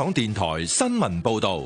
港電台新聞報道。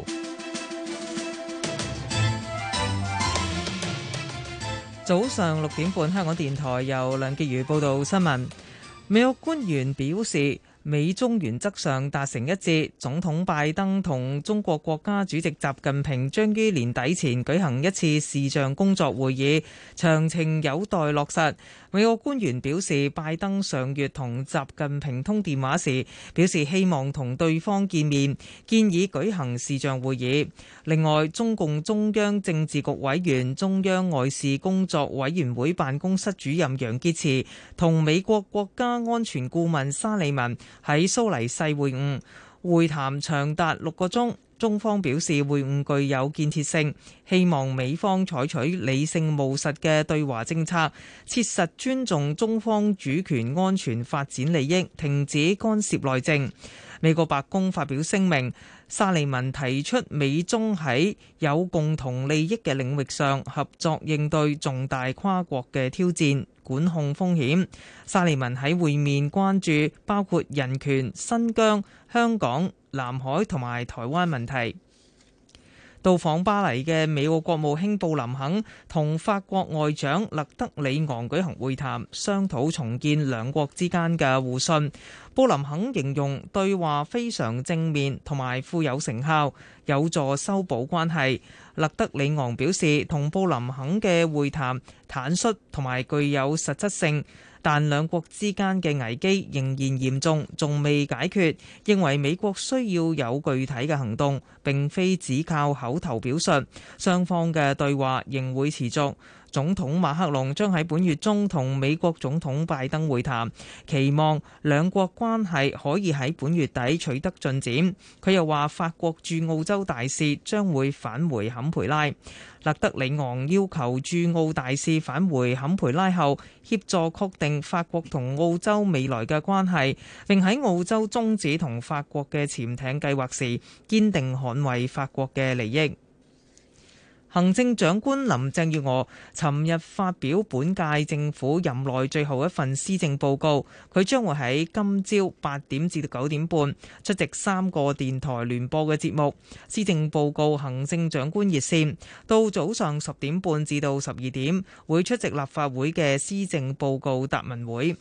早上6點半，香港電台由梁潔如報道新聞。美國官員表示，美中原則上達成一致，總統拜登同中國國家主席習近平將於年底前舉行一次視像工作會議，詳情有待落實。美國官員表示，拜登上月同習近平通電話時，表示希望同對方見面，建議舉行視像會議。另外，中共中央政治局委員、中央外事工作委員會辦公室主任楊潔篪同美國國家安全顧問沙利文喺蘇黎世會晤，會談長達6個鐘。中方表示會晤具有建設性，希望美方採取理性務實嘅對華政策，切實尊重中方主權、安全、發展利益，停止干涉內政。美國白宮發表聲明，沙利文提出美中喺有共同利益嘅領域上合作，應對重大跨國嘅挑戰，管控風險。沙利文喺會面關注包括人權、新疆、香港、南海同埋台灣問題。到訪巴黎嘅美國國務卿布林肯同法國外長勒德里昂舉行會談，商討重建兩國之間嘅互信。布林肯形容對話非常正面同埋富有成效，有助修補關係。勒德里昂表示，同布林肯嘅會談坦率同埋具有實質性，但兩國之間嘅危機仍然嚴重，仲未解決，認為美國需要有具體嘅行動，並非只靠口頭表述。雙方嘅對話仍會持續。總統馬克龍將喺本月中同美國總統拜登會談，期望兩國關係可以喺本月底取得進展。佢又話，法國駐澳洲大使將會返回坎培拉。勒德里昂要求駐澳大使返回坎培拉後，協助確定法國同澳洲未來嘅關係，並喺澳洲終止同法國嘅潛艇計劃時，堅定捍衛法國嘅利益。行政長官林鄭月娥尋日發表本屆政府任內最後一份施政報告，佢將會喺今朝8點至9點半出席3個電台聯播嘅節目。施政報告行政長官熱線到早上10點半至到12點會出席立法會嘅施政報告答問會。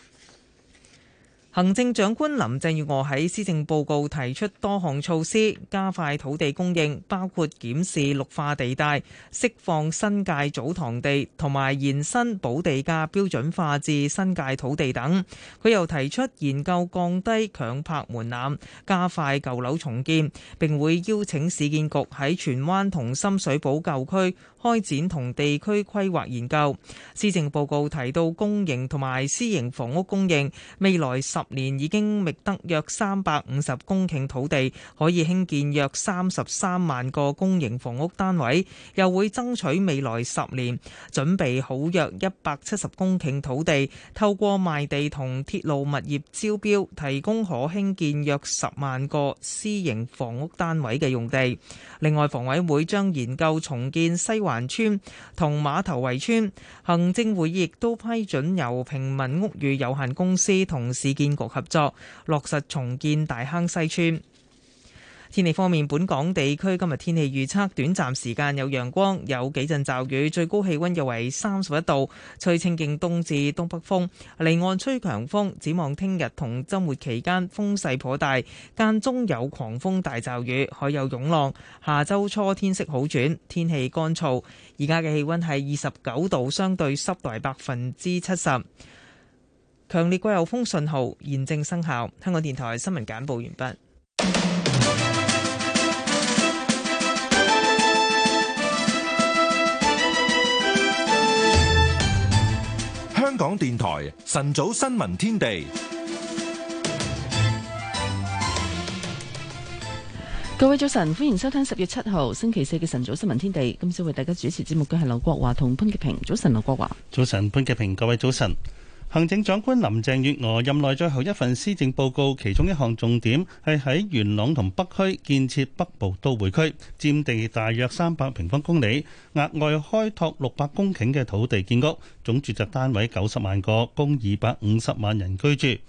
行政長官林鄭月娥喺施政報告提出多項措施，加快土地供應，包括檢視綠化地帶、釋放新界祖堂地同埋延伸補地價標準化至新界土地等。佢又提出研究降低強拍門檻，加快舊樓重建，並會邀請市建局喺荃灣同深水埗舊區開展同地區規劃研究。施政報告提到公營同埋私營房屋供應，未來10年已經覓得約350公頃土地，可以興建約33萬個公營房屋單位，又會爭取未來10年準備好約170公頃土地，透過賣地同鐵路物業招標，提供可興建約10萬個私營房屋單位嘅用地。另外，房委會將研究重建西環村同馬頭圍村。行政會議亦都批准由平民屋宇有限公司同市建局合作，落實重建大坑西村。天氣方面，本港地區今日天氣預測，短暫時間有陽光，有幾陣驟雨，最高氣溫約為31度，吹清勁東至東北風，離岸吹強風。展望聽日同週末期間風勢頗大，間中有狂風大驟雨，海有湧浪。下週初天色好轉，天氣乾燥。而家嘅氣溫係29度，相對濕度係70%。強烈季候風信號現正生效。香港電台新聞簡報完畢。 香港電台晨早新聞天地， 各位早晨，歡迎收聽10月7號星期4嘅晨早新聞天地。今朝為大家主持節目嘅係劉國華同潘潔平。早晨，劉國華。 早晨，潘潔平。各位早晨。行政長官林鄭月娥任內最後一份施政報告，其中一項重點係喺元朗同北區建設北部都會區，佔地大約300平方公里，額外開拓600公頃嘅土地建屋，總住宅單位90萬個，供250萬人居住。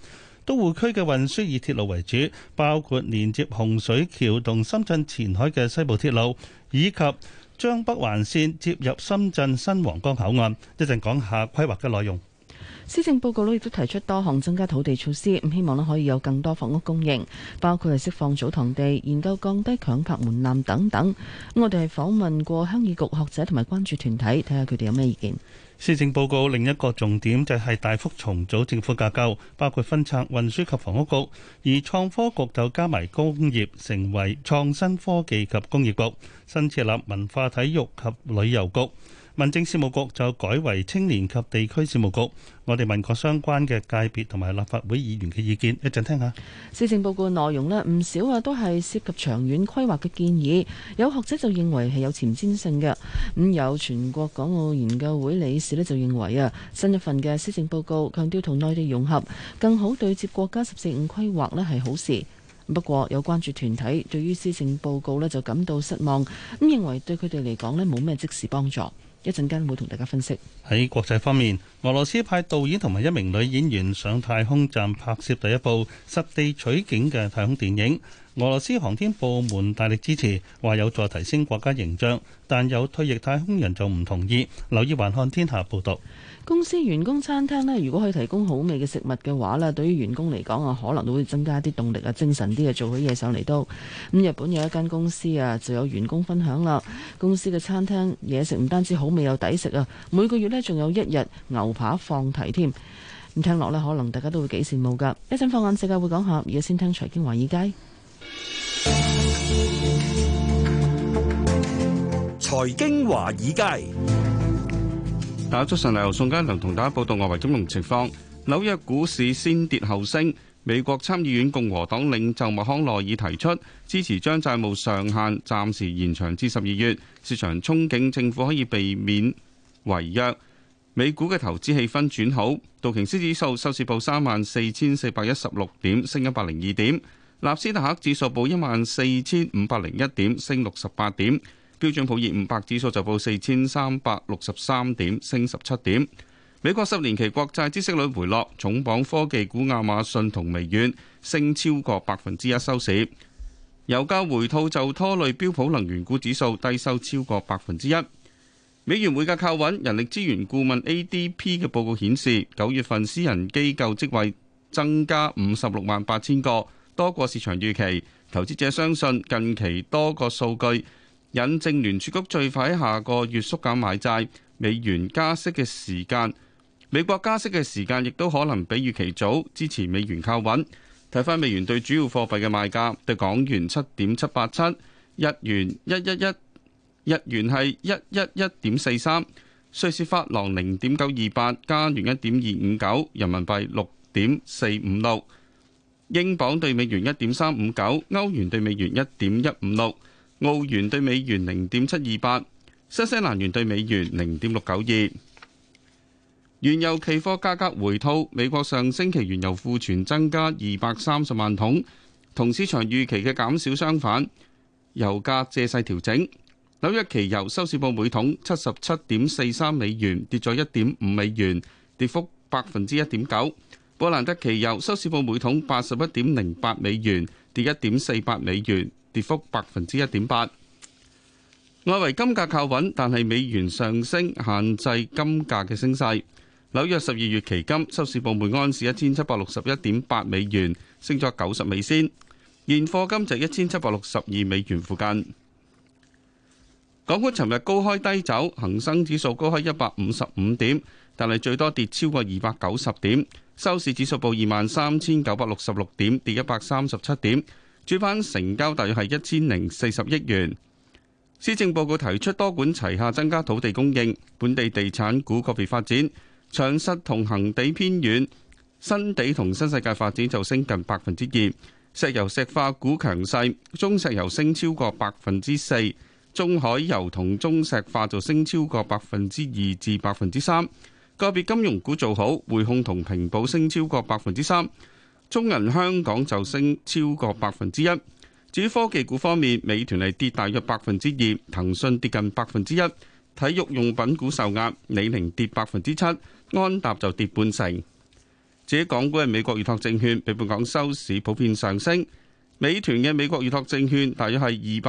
都會區嘅運輸以鐵路為主，包括連接洪水橋同深圳前海嘅西部鐵路，以及將北環線接入深圳新皇崗口岸。一陣講下規劃嘅內容。 施政報告亦都提出多項增加土地措施，咁希望可以有更多房屋供應，包括係釋放祖堂地、研究降低強拍門檻等等。我哋係訪問過鄉議局學者同埋關注團體，睇下佢哋有咩意見。 施政報告另一個重點就係大幅重組政府架構，包括分拆運輸及房屋局，而創科局就加埋工業，成為創新科技及工業局，新設立文化體育及旅遊局。民政事務局就改為青年及地區事務局。我哋問過相關嘅界別同埋立法會議員嘅意見，一陣聽下。 施政報告內容呢，唔少都係涉及長遠規劃嘅建議，有學者就認為係有前瞻性嘅。有全國港澳研究會理事呢就認為新一份嘅施政報告強調同內地融合，更好對接國家14、5規劃呢係好事。不過有關注團體對於施政報告呢就感到失望，認為對佢哋嚟講呢冇咩即時幫助。一陣間會同大家分析。 喺國際方面，俄羅斯派導演同埋一名女演員上太空站拍攝第一部實地取景嘅太空電影。俄羅斯航天部門大力支持，話有助提升國家形象，但有退役太空人就唔同意。留意環看天下報道。 公司員工餐廳呢，如果可以提供好味嘅食物嘅話呢，對於員工嚟講可能都會增加啲動力精神啲做起嘢上嚟都。日本有一間公司就有員工分享啦，公司嘅餐廳嘢食唔單止好味又抵食每個月呢仲有1日牛扒放題添。咁聽落呢，可能大家都會幾羨慕噶。一陣放眼世界會講下，而家先聽財經華爾街。 財經華爾街。 大家早晨，由宋嘉良同大家報道外圍金融情況。紐約股市先跌後升，美國參議院共和黨領袖麥康奈爾提出支持將債務上限暫時延長至12月，市場憧憬政府可以避免違約。美股嘅投資氣氛轉好，道瓊斯指數收市報34,416點，升102點；納斯達克指數報14,501點，升68點。標準普爾500指數就報4363點，升17點。美國10年期國債孳息率回落，重磅科技股亞馬遜同微軟升超過1%收市。油價回吐就拖累標普能源股指數低收超過1%。美元匯價靠穩，人力資源顧問 ADP 嘅報告顯示，9月份私人機構職位增加568000個，多過市場預期。投資者相信近期多個數據引證聯儲局最快喺下個月縮減買債，美國加息嘅時間亦都可能比預期早，支持美元靠穩。睇返美元對主要貨幣嘅賣價，對港元7.787，日元係111.43，瑞士法郎0.928，加元1.259，人民幣6.456，英鎊對美元1.359，歐元對美元1.156。澳元對美元0.728，新西蘭元對美元0.692。原油期貨價格回吐，美國上星期原油庫存增加230萬桶，同市場預期嘅減少相反，油價借勢調整。紐約期油收市報每桶77.43美元，跌咗1.5美元，跌幅1.9%。布蘭特期油收市報每桶81.08美元，跌1.48美元，跌幅1.8%。外圍金價靠穩，但係美元上升限制金價嘅升勢。紐約12月期金收市報每安士1761.8美元，升咗90美仙。現貨金就1762美元附近。港股尋日高開低走，恒生指數高開155點，但係最多跌超過290點，收市指數報23,966點，跌137點。主板成交大約係1040億元。施政報告提出多管齊下增加土地供應，本地地產股個別發展，長實同恒地偏軟，新地同新世界發展就升近2%。石油石化股強勢，中石油升超過4%，中海油同中石化就升超過2%至3%。個別金融股做好，匯控同平保升超過3%。中銀香港就升超過1%。至於科技股方面，美團係跌大約2%，騰訊跌近1%，體育用品股受壓，李寧跌7%，安踏就跌半成。 至於港股嘅美國預託證券，比本港收市普遍上升。美團嘅美國預託證券大約係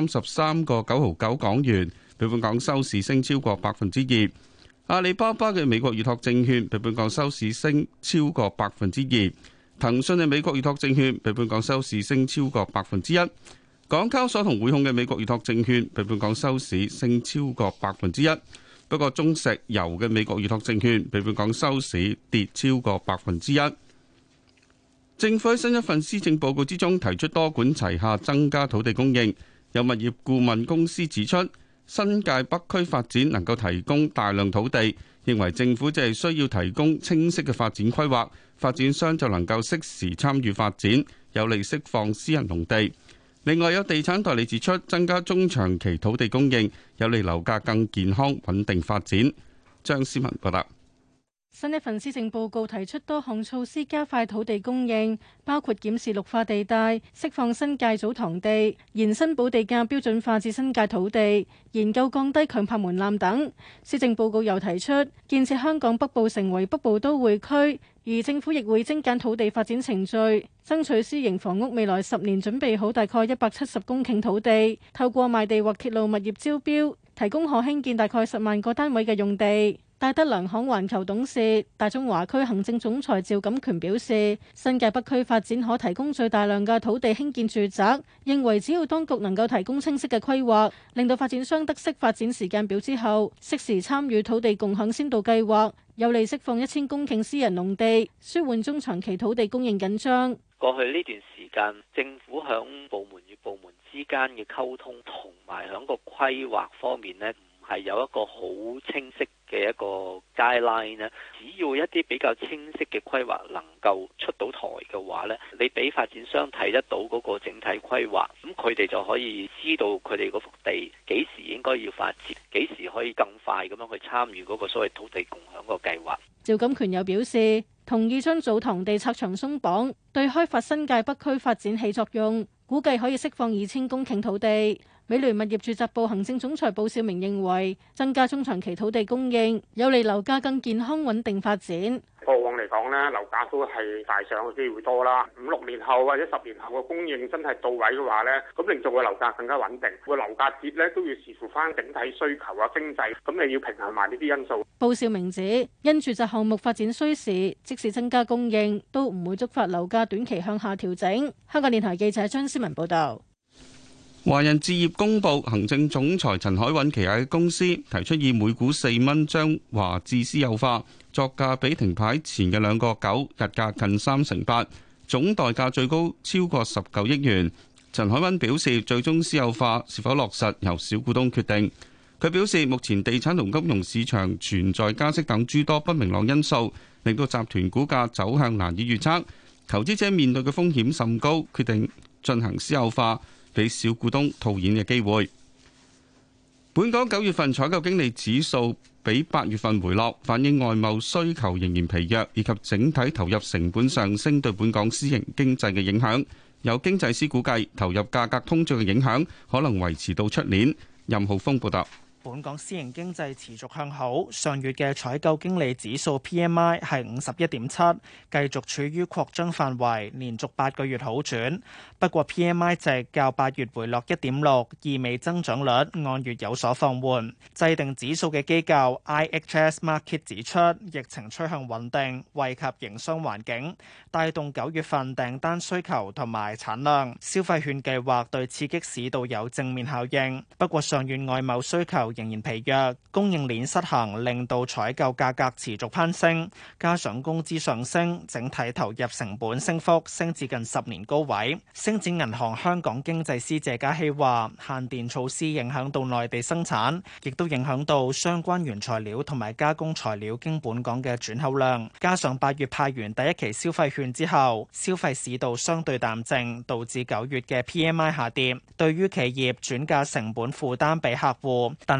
233.99港元，比本港收市升超過2%。阿里巴巴嘅美國預託證券比本港收市升超過2%。騰訊嘅美國預託證券比本港收市升超過1%。港交所同匯控嘅美國預託證券比本港收市升超過1%。不過中石油嘅美國預託證券比本港收市跌超過1%。政府喺新一份施政報告之中提出多管齊下增加土地供應。有物業顧問公司指出，新界北區發展能夠提供大量土地，認為政府只係需要提供清晰嘅發展規劃，發展商就能夠適時參與發展，有利釋放私人農地。另外有地產代理指出，增加中長期土地供應，有利樓價更健康穩定發展。張思文報道。 新一份施政報告提出多項措施加快土地供應，包括檢視綠化地帶、釋放新界祖堂地、延伸補地價標準化至新界土地、研究降低強拍門檻等。施政報告又提出建設香港北部成為北部都會區，而政府亦會精簡土地發展程序，爭取私營房屋未來10年準備好大概170公頃土地，透過賣地或鐵路物業招標，提供可興建大概10萬個單位嘅用地。戴德梁行環球董事、大中華區行政總裁趙錦權表示，新界北區發展可提供最大量嘅土地興建住宅，認為只要當局能夠提供清晰嘅規劃，令到發展商得悉發展時間表之後，適時參與土地共享先導計劃，有利釋放1000公頃私人農地，舒緩中長期土地供應緊張。 過去呢段時間，政府響部門與部門之間嘅溝通同埋響個規劃方面呢，係有一個好清晰嘅一個 guideline 呢，只要一啲比較清晰嘅規劃能夠出到台嘅話呢，你俾發展商睇得到嗰個整體規劃，咁佢哋就可以知道佢哋嗰幅地幾時應該要發展，幾時可以更快咁樣去參與嗰個所謂土地共享個計劃。 趙錦權又表示，同意將祖堂地拆牆鬆綁，對開發新界北區發展起作用，估計可以釋放2000公頃土地。美聯物業住宅部行政總裁布少明認為，增加中長期土地供應，有利樓價更健康穩定發展。 過往嚟講呢，樓價都係大上嘅機會多啦。5、6年後或者10年後嘅供應真係到位嘅話呢，咁令到個樓價更加穩定。個樓價跌呢都要視乎翻整體需求啊、經濟，咁你要平衡埋呢啲因素。 布少明指，因住宅項目發展需時，即使增加供應，都唔會觸發樓價短期向下調整。香港電台記者張思文報道。 華人置業公佈，行政總裁陳海韻旗下嘅公司提出以每股4蚊將華置私有化，作價比停牌前嘅2個9，日價近38%，總代價最高超過19億元。陳海韻表示，最終私有化是否落實由小股東決定。佢表示，目前地產同金融市場存在加息等諸多不明朗因素，令到集團股價走向難以預測，投資者面對嘅風險甚高，決定進行私有化，俾小股東套現嘅機會。本港9月份採購經理指數比8月份回落，反映外貿需求仍然疲弱，以及整體投入成本上升對本港私營經濟嘅影響。有經濟師估計，投入價格通脹嘅影響可能維持到出年。任浩峰報道。 本港私營經濟持續向好，上月嘅採購經理指數 PMI 係51.7，繼續處於擴張範圍，連續8個月好轉。不過 PMI 值較8月回落1.6，意味增長率按月有所放緩。制定指數嘅機構 IHS Markit 指出，疫情趨向穩定，惠及營商環境，帶動9月份訂單需求同埋產量。消費券計劃對刺激市道有正面效應。不過上月外貿需求仍然疲弱，供應鏈失衡令到採購價格持續攀升，加上工資上升，整體投入成本升幅升至近10年高位。星展銀行香港經濟師謝嘉熙話，限電措施影響到內地生產，亦都影響到相關原材料同埋加工材料經本港嘅轉口量。加上8月派完第一期消費券之後，消費市道相對淡靜，導致9月嘅 PMI 下跌。對於企業轉嫁成本負擔俾客戶，但係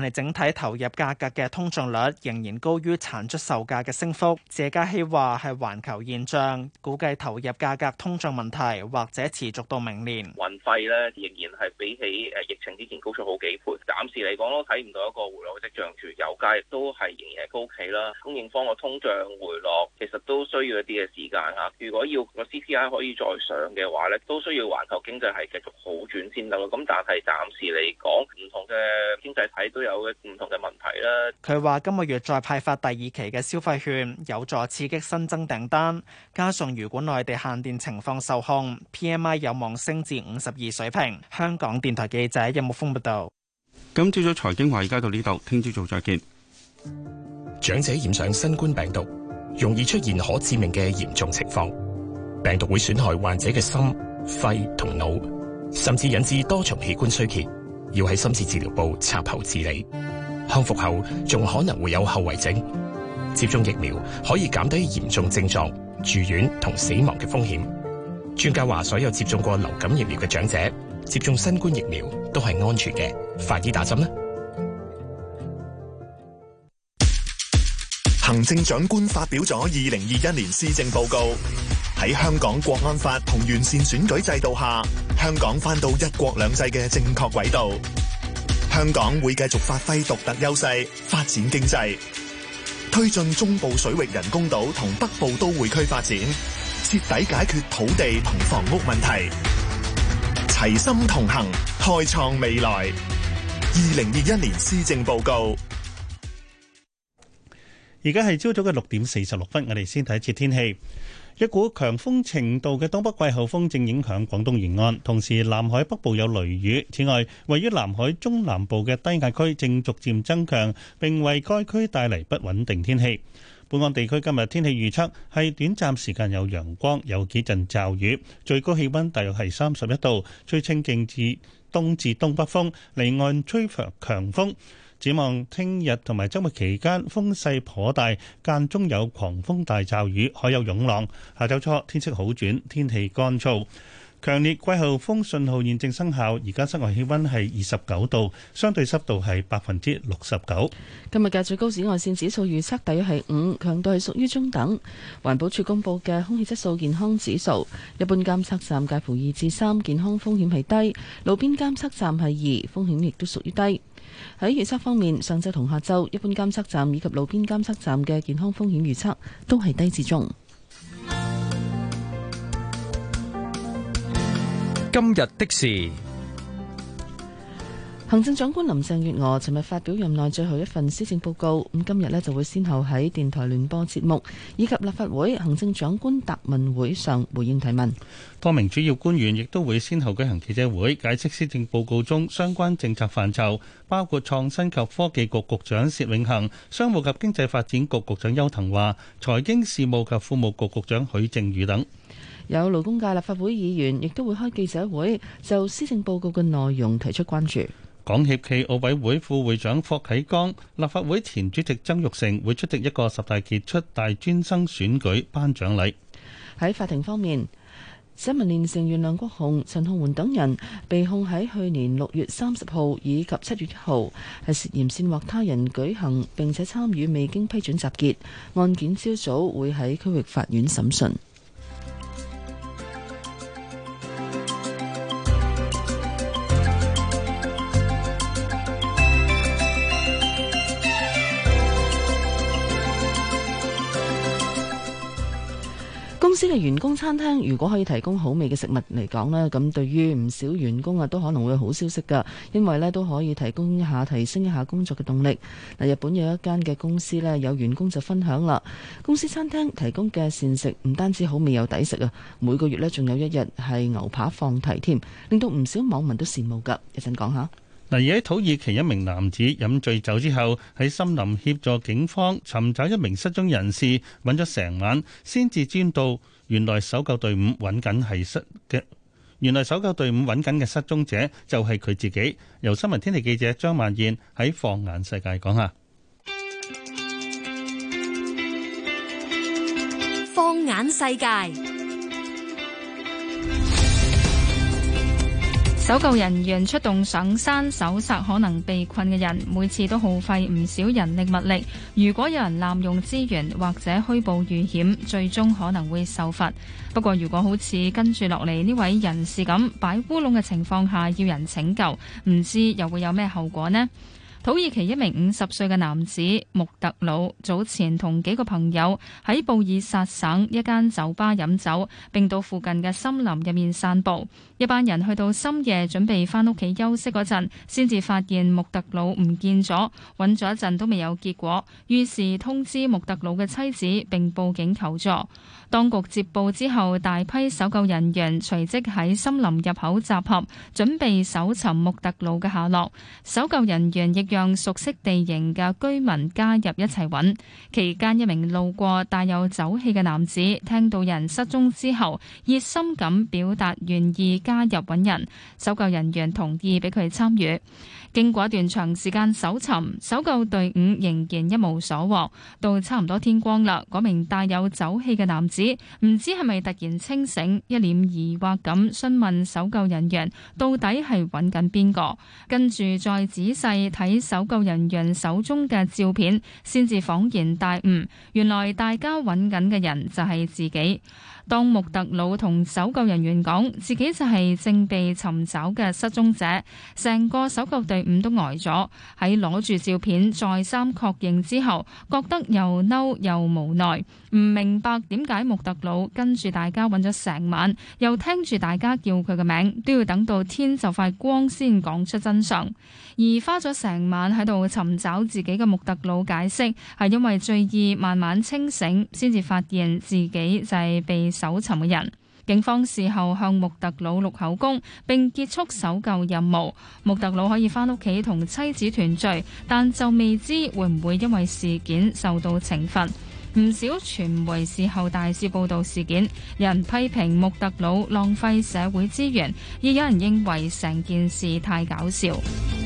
係整體投入價格嘅通脹率仍然高於產出售價嘅升幅。謝嘉熙話係環球現象，估計投入價格通脹問題或者持續到明年。 運費咧仍然係比起疫情之前高出好幾倍，暫時嚟講都睇唔到一個回落嘅跡象住，油價亦都係仍然係高企啦。供應方個通脹回落其實都需要一啲嘅時間嚇。如果要個 CPI 可以再上嘅話咧，都需要環球經濟係繼續好轉先得咯。咁但係暫時嚟講，唔同嘅經濟體都有唔同嘅問題啦。 佢話今個月再派發第二期嘅消費券，有助刺激新增訂單。加上如果內地限電情況受控 ，PMI 有望升至52水平。香港電台記者任木峰報道。 今朝早財經華爾街到呢度，聽朝早再見。 長者染上新冠病毒，容易出現可致命嘅嚴重情況。病毒會損害患者嘅心、肺同腦，甚至引致多重器官衰竭，要喺深切治療部插喉治理。康復後仲可能會有後遺症。接種疫苗可以減低嚴重症狀、住院同死亡嘅風險。專家話，所有接種過流感疫苗嘅長者接種新冠疫苗都係安全嘅。快啲打針啦！ 行政長官發表咗2021年施政報告，喺香港國安法同完善選舉制度下，香港返到一國兩制嘅正確軌道。香港會繼續發揮獨特優勢，發展經濟，推進中部水域人工島同北部都會區發展，徹底解決土地同房屋問題，齊心同行，開創未來。2021年施政報告。 而家係朝早嘅6:46，我哋先睇一節天氣。一股強風程度嘅東北季候風正影響廣東沿岸，同時南海北部有雷雨。此外，位於南海中南部嘅低壓區正逐漸增強，並為該區帶嚟不穩定天氣。本港地區今日天氣預測係短暫時間有陽光，有幾陣驟雨，最高氣溫大約係31度，吹清勁至東至東北風，離岸吹強風。展望聽日同埋週末期間風勢頗大，間中有狂風大驟雨，海有湧浪。下週初天色好轉，天氣乾燥。強烈季候風信號現正生效，而家室外氣溫係29度，相對濕度係69%。 今日嘅最高紫外線指數預測大約係5，強度係屬於中等。環保署公布嘅空氣質素健康指數，一般監測站介乎2至3，健康風險係低；路邊監測站係2，風險亦都屬於低。喺預測方面，上晝同下晝一般監測站以及路邊監測站嘅健康風險預測都係低至中。 今日的事， 行政長官林鄭月娥尋日發表任內最後一份施政報告，咁今日呢就會先後喺電台聯播節目以及立法會行政長官答問會上回應提問。 多名主要官員亦都會先後舉行記者會，解釋施政報告中相關政策範疇，包括創新及科技局局長薛永恒、商務及經濟發展局局長邱騰華、財經事務及庫務局局長許正宇等。 有勞工界立法會議員亦都會開記者會，就施政報告嘅內容提出關注。 港協暨奧委會副會長霍啟剛、立法會前主席曾鈺成會出席一個10大傑出大專生選舉頒獎禮。 喺法庭方面，社民連成員梁國雄、陳浩桓等人被控喺去年6月30號以及7月1號係涉嫌煽惑他人舉行並且參與未經批准集結，案件朝早會喺區域法院審訊。公司嘅員工餐廳如果可以提供好味嘅食物嚟講呢，咁對於唔少員工都可能會有好消息㗎，因為呢都可以提升一下工作嘅動力。日本有一間嘅公司呢，有員工就分享啦，公司餐廳提供嘅膳食唔單止好味又抵食啊，每個月呢仲有一日係牛扒放題添，令到唔少網民都羨慕㗎。一陣講下。 而喺土耳其一名男子飲醉酒之後，喺森林協助警方尋找一名失蹤人士，揾咗成晚先至知道原來搜救隊伍揾緊嘅失蹤者就係佢自己。由新聞天地記者張萬燕喺放眼世界講下。 放眼世界。 搜救人員出動上山搜索可能被困嘅人，每次都耗費唔少人力物力。如果有人濫用資源或者虛報遇險，最終可能會受罰。不過如果好似跟住落嚟呢位人士咁擺烏龍嘅情況下要人拯救，唔知又會有咩後果呢？土耳其一名50歲嘅男子穆特魯早前同幾個朋友喺布爾薩省一間酒吧飲酒，並到附近嘅森林入面散步。一班人去到深夜準備返屋企休息嗰陣，先至發現穆特魯唔見咗，揾咗一陣都未有結果，於是通知穆特魯嘅妻子並報警求助。當局接報之後，大批搜救人員隨即喺森林入口集合，準備搜尋穆特魯嘅下落。搜救人員亦讓熟悉地形嘅居民加入一齊揾。期間，一名路過帶有酒氣嘅男子聽到人失蹤之後，熱心咁表達願意加入揾人。搜救人員同意俾佢參與。經過一段長時間搜尋，搜救隊伍仍然一無所獲。到差唔多天光啦，嗰名帶有酒氣嘅男子唔知係咪突然清醒，一臉疑惑咁詢問搜救人員到底係揾緊邊個，跟住再仔細睇搜救人員手中嘅照片，先至恍然大悟，原來大家揾緊嘅人就係自己。當穆特魯同搜救人員講自己就係正被尋找嘅失蹤者，成個搜救隊伍都呆咗。喺攞住照片再三確認之後，覺得又嬲又無奈，唔明白點解穆特魯跟住大家揾咗成晚，又聽住大家叫佢嘅名，都要等到天就快光先講出真相。而花咗成晚喺度尋找自己嘅穆特魯解釋，係因為醉意慢慢清醒，先至發現自己就係被搜尋嘅人。警方事後向穆特魯錄口供，並結束搜救任務。穆特魯可以返屋企同妻子團聚，但就未知會唔會因為事件受到懲罰。唔少傳媒事後大肆報導事件，有人批評穆特魯浪費社會資源，亦有人認為成件事太搞笑。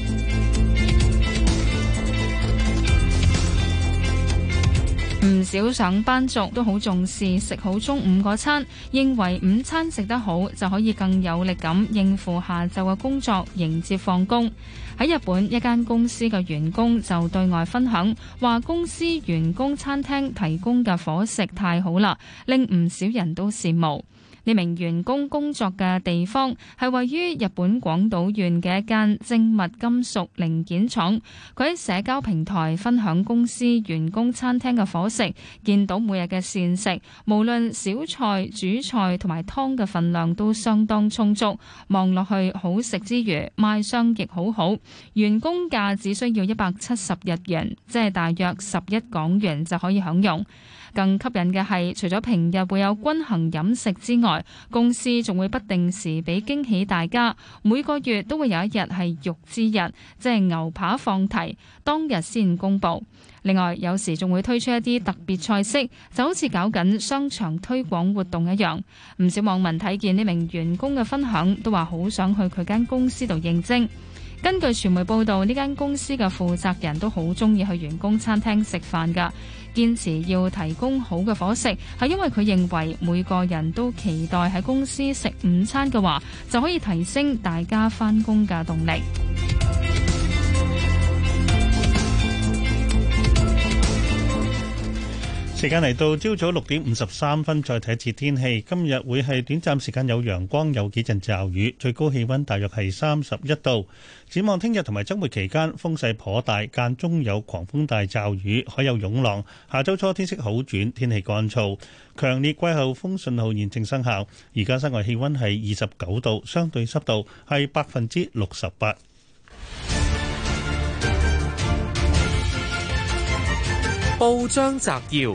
唔少上班族都好重視食好中午嗰餐，認為午餐食得好就可以更有力咁應付下晝嘅工作，迎接放工。喺日本，一間公司嘅員工就對外分享，話公司員工餐廳提供嘅伙食太好啦，令唔少人都羨慕。呢名員工工作嘅地方係位於日本廣島縣嘅一間精密金屬零件廠。佢喺社交平台分享公司員工餐廳嘅伙食，見到每日嘅膳食，無論小菜、主菜同埋湯嘅份量都相當充足，望落去好食之餘，賣相亦好好。員工價只需要170日元，即係大約11港元就可以享用。更吸引嘅係，除咗平日會有均衡飲食之外，公司仲會不定時俾驚喜大家。每個月都會有一日係肉之日，即係牛扒放題，當日先公佈。另外，有時仲會推出一啲特別菜式，就好似搞緊商場推廣活動一樣。唔少網民睇見呢名員工嘅分享，都話好想去佢間公司度應徵。根據傳媒報道，呢間公司嘅負責人都好中意去員工餐廳食飯㗎，堅持要提供好嘅伙食，係因為佢認為每個人都期待喺公司食午餐嘅話，就可以提升大家返工嘅動力。 時間嚟到朝早6:53，再睇一次天氣。今日會係短暫時間有陽光，有幾陣驟雨，最高氣溫大約係31度。展望聽日同埋週末期間風勢頗大，間中有狂風大驟雨，海有湧浪。下週初天色好轉，天氣乾燥，強烈季候風信號現正生效。而家室外氣溫係29度，相對濕度係68%。 報章摘要，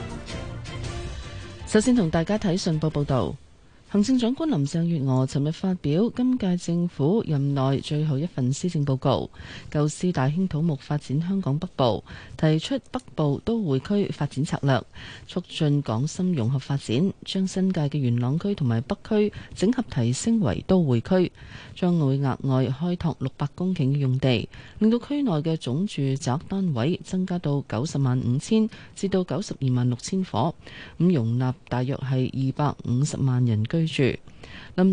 首先同大家睇信報報導。行政長官林鄭月娥尋日發表今屆政府任內最後一份施政報告，構思大興土木發展香港北部，提出北部都會區發展策略，促進港深融合發展，將新界嘅元朗區同埋北區整合提升為都會區，將會額外開拓600公頃嘅用地，令到區內嘅總住宅單位增加到905000至到926000伙，咁容納大約係250萬人居住。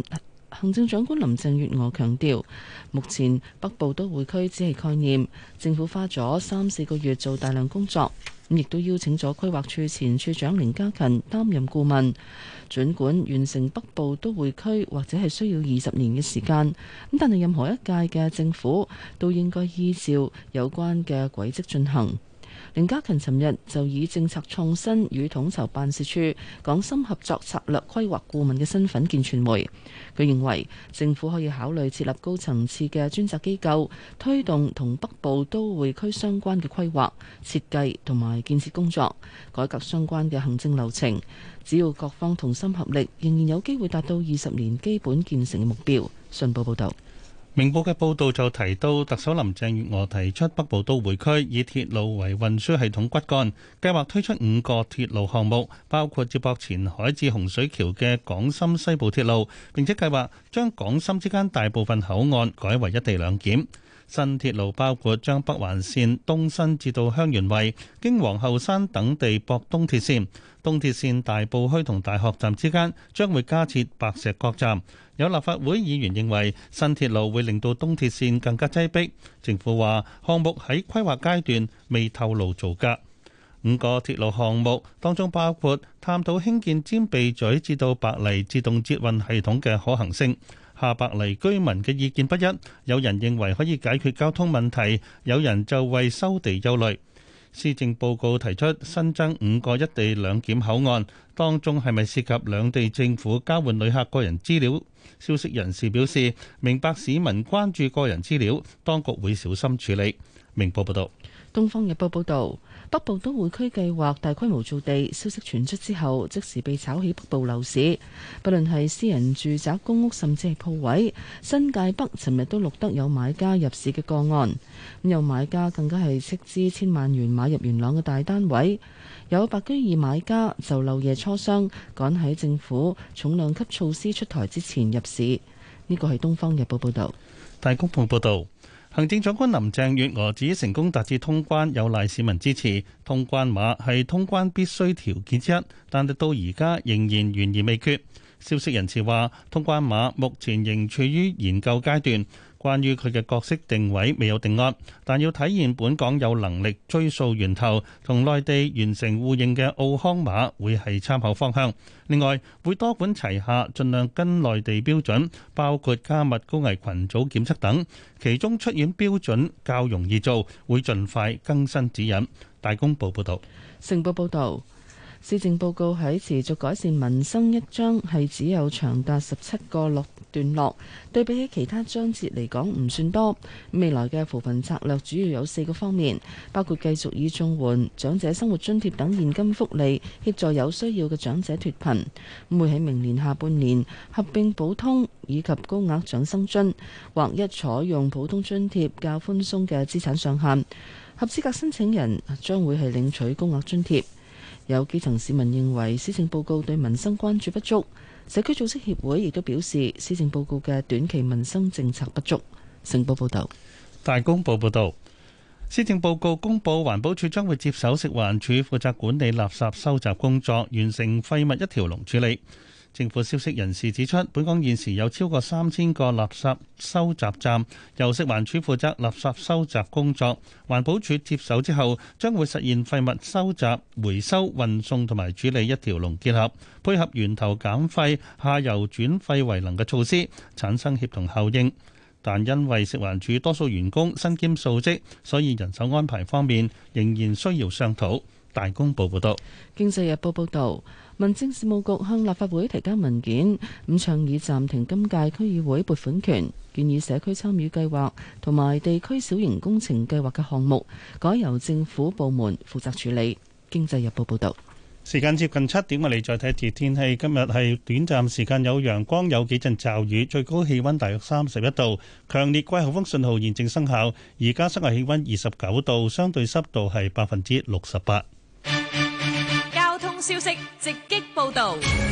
行政長官林鄭月娥強調，目前北部都會區只係概念，政府花咗3-4個月做大量工作，亦都邀請咗規劃處前處長凌嘉勤擔任顧問。儘管完成北部都會區或者係需要20年嘅時間，咁但係任何一屆嘅政府都應該依照有關嘅軌跡進行。凌嘉勤尋日就以政策創新與統籌辦事處港深合作策略規劃顧問嘅身份見傳媒。佢認為政府可以考慮設立高層次嘅專責機構，推動同北部都會區相關嘅規劃、設計同埋建設工作，改革相關嘅行政流程。只要各方同心合力，仍然有機會達到20年基本建成嘅目標。信報報導。 明報嘅報導就提到，特首林鄭月娥提出北部都會區以鐵路為運輸系統骨幹，計劃推出5個鐵路項目，包括接駁前海至洪水橋嘅港深西部鐵路，並且計劃將港深之間大部分口岸改為一地兩檢。新鐵路包括將北環線東伸至到香園圍，經皇后山等地駁東鐵線。東鐵線大埔墟同大學站之間將會加設白石角站。有立法會議員認為新鐵路會令到東鐵線更加擠迫。政府話項目喺規劃階段，未透露造價。5個鐵路項目當中包括探討興建尖鼻咀至到白泥自動捷運系統嘅可行性。下白泥居民嘅意見不一，有人認為可以解決交通問題，有人就為收地憂慮。施政報告提出新增5個一地兩檢口岸，當中係咪涉及兩地政府交換旅客個人資料？消息人士表示，明白市民關注個人資料，當局會小心處理。明報報道。 東方日報報導，北部都會區計劃大規模造地，消息傳出之後，即時被炒起北部樓市。不論係私人住宅、公屋，甚至係鋪位，新界北尋日都錄得有買家入市嘅個案。咁有買家更加係斥資千萬元買入元朗嘅大單位。有白居二買家就漏夜磋商，趕喺政府重量級措施出台之前入市。呢個係東方日報報導。 大公報報導。行政長官林鄭月娥指成功達至通關有賴市民支持，通關碼係通關必須條件之一，但到而家仍然懸而未決。消息人士話，通關碼目前仍處於研究階段，關於佢嘅角色定位未有定案，但要體現本港有能力追溯源頭，同內地完成互認嘅澳康碼會係參考方向。另外，會多管齊下，盡量跟內地標準，包括加密高危群組檢測等。其中出院標準較容易做，會盡快更新指引。大公報報道。 成報報導。施政報告喺持續改善民生一章係只有長達17個段落，對比起其他章節嚟講唔算多。未來嘅扶貧策略主要有4個方面，包括繼續以綜援、長者生活津貼等現金福利協助有需要嘅長者脫貧。會喺明年下半年合併普通以及高額長生津，劃一採用普通津貼較寬鬆嘅資產上限，合資格申請人將會係領取高額津貼。有基層市民認為施政報告對民生關注不足，社區組織協會亦都表示施政報告嘅短期民生政策不足。成報報導。 大公報報導，施政報告公佈環保署將會接手食環署負責管理垃圾收集工作，完成廢物一條龍處理。政府消息人士指出，本港現時有超過3000個垃圾收集站，由食環署負責垃圾收集工作。環保署接手之後，將會實現廢物收集、回收、運送同埋處理一條龍結合，配合源頭減廢、下游轉廢為能嘅措施，產生協同效應。但因為食環署多數員工身兼數職，所以人手安排方面仍然需要商討。大公報報道。 經濟日報報導。民政事務局向立法會提交文件，倡議暫停今屆區議會撥款權，建議社區參與計劃同埋地區小型工程計劃嘅項目改由政府部門負責處理。經濟日報報導。 時間接近7點，我哋再睇一節天氣。今日係短暫時間有陽光，有幾陣驟雨，最高氣溫大約31度。強烈季候風信號現正生效。而家室外氣溫29度，相對濕度係68%。 消息直擊報道。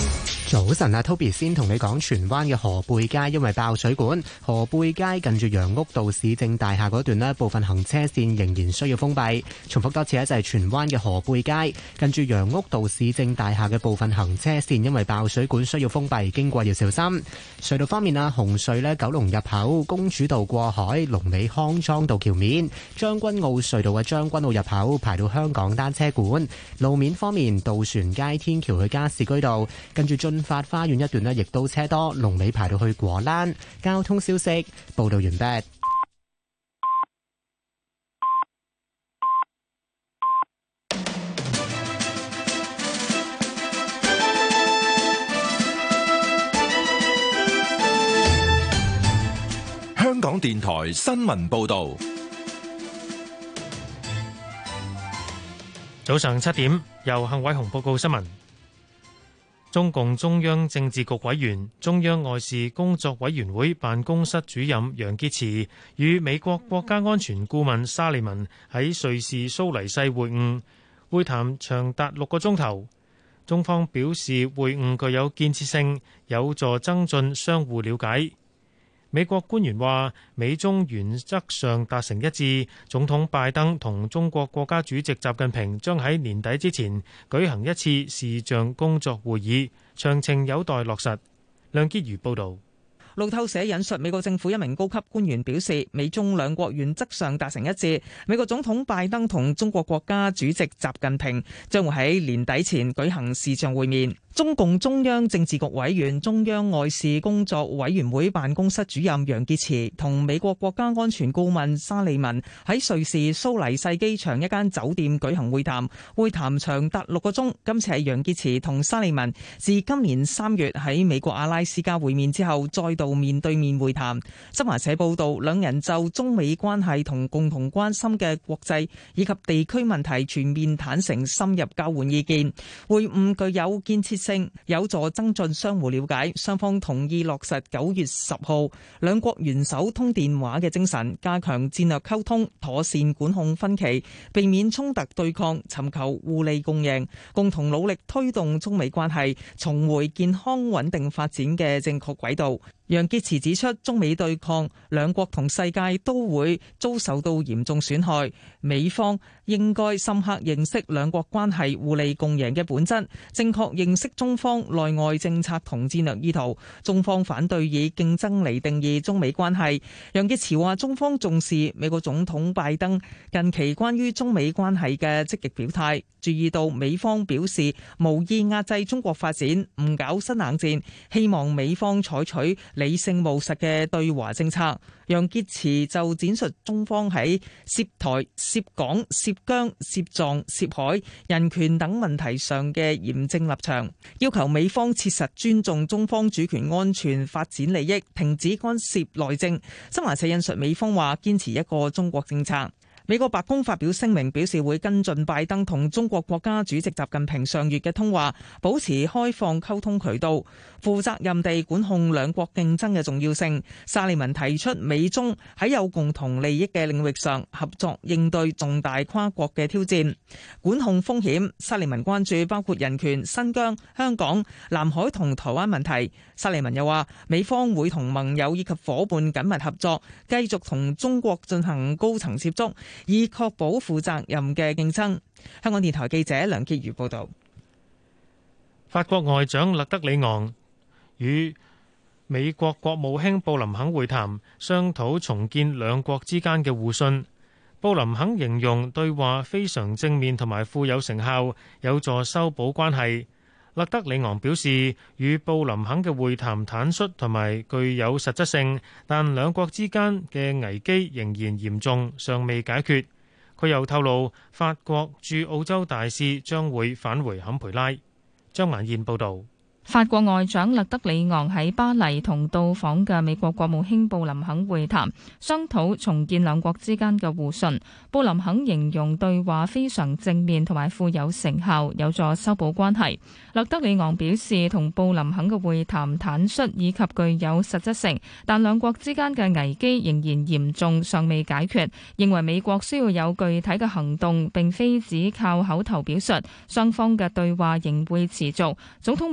早晨啊 ，Toby 先同你講荃灣嘅河背街因為爆水管，河背街近住楊屋道市政大廈嗰段呢，部分行車線仍然需要封閉。重複多次就係荃灣嘅河背街近住楊屋道市政大廈嘅部分行車線因為爆水管需要封閉，經過要小心。隧道方面啊，紅隧呢，九龍入口公主道過海，龍尾康莊道橋面，將軍澳隧道嘅將軍澳入口排到香港單車館。路面方面，渡船街天橋去加士居道跟住駿發花園一段呢，亦都車多，龍尾排到去果欄。交通消息報道完畢。 香港電台新聞報道。 早上7點，由幸偉雄報告新聞。中共中央政治局委員、中央外事工作委員會辦公室主任楊潔篪與美國國家安全顧問沙利文喺瑞士蘇黎世會晤，會談長達6個鐘頭。中方表示會晤具有建設性，有助增進相互了解。美國官員話，美中原則上達成一致，總統拜登同中國國家主席習近平將喺年底之前舉行一次視像工作會議，詳情有待落實。梁潔如報導。 路透社引述美國政府一名高級官員表示，美中兩國原則上達成一致，美國總統拜登同中國國家主席習近平將會喺年底前舉行視像會面。中共中央政治局委員、中央外事工作委員會辦公室主任楊潔篪同美國國家安全顧問沙利文喺瑞士蘇黎世機場一間酒店舉行會談，會談長達6個鐘。今次係楊潔篪同沙利文自今年3月喺美國阿拉斯加會面之後再度面對面會談。新華社報道，兩人就中美關係同共同關心嘅國際以及地區問題全面坦誠深入交換意見，會晤具有建設性，有助增進相互了解。雙方同意落實9月10號兩國元首通電話嘅精神，加強戰略溝通，妥善管控分歧，避免衝突對抗，尋求互利共贏，共同努力推動中美關係重回健康穩定發展嘅正確軌道。楊潔篪指出，中美對抗，兩國同世界都會遭受到嚴重損害。美方應該深刻認識兩國關係互利共贏嘅本質，正確認識中方內外政策同戰略意圖。中方反對以競爭嚟定義中美關係。楊潔篪話，中方重視美國總統拜登近期關於中美關係嘅積極表態，注意到美方表示無意壓制中國發展，唔搞新冷戰，希望美方採取理性務實嘅對華政策。楊潔篪就展述中方喺涉台、涉港、涉疆、涉藏、涉海、人權等問題上嘅嚴正立場，要求美方切實尊重中方主權、安全、發展利益，停止干涉內政。新華社引述美方話，堅持一個中國政策。美國白宮發表聲明，表示會跟進拜登同中國國家主席習近平上月嘅通話，保持開放溝通渠道，負責任地管控兩國競爭嘅重要性。沙利文提出美中喺有共同利益嘅領域上合作應對重大跨國嘅挑戰，管控風險。沙利文關注包括人權、新疆、香港、南海同台灣問題。沙利文又話，美方會同盟友以及夥伴緊密合作，繼續同中國進行高層接觸，以確保負責任嘅競爭。香港電台記者梁潔如報導。 法國外長勒德里昂與美國國務卿布林肯會談，商討重建兩國之間嘅互信。布林肯形容對話非常正面同埋富有成效，有助修補關係。勒德里昂表示，與布林肯嘅會談坦率同埋具有實質性，但兩國之間嘅危機仍然嚴重，尚未解決。佢又透露，法國駐澳洲大使將會返回坎培拉。張曼燕報導。 法國外長勒德里昂喺巴黎同到訪嘅美國國務卿布林肯會談，商討重建兩國之間嘅互信。布林肯形容對話非常正面同埋富有成效，有助修補關係。勒德里昂表示，同布林肯嘅會談坦率以及具有實質性，但兩國之間嘅危機仍然嚴重，尚未解決。認為美國需要有具體嘅行動，並非只靠口頭表述。雙方嘅對話仍會持續。總統馬克龍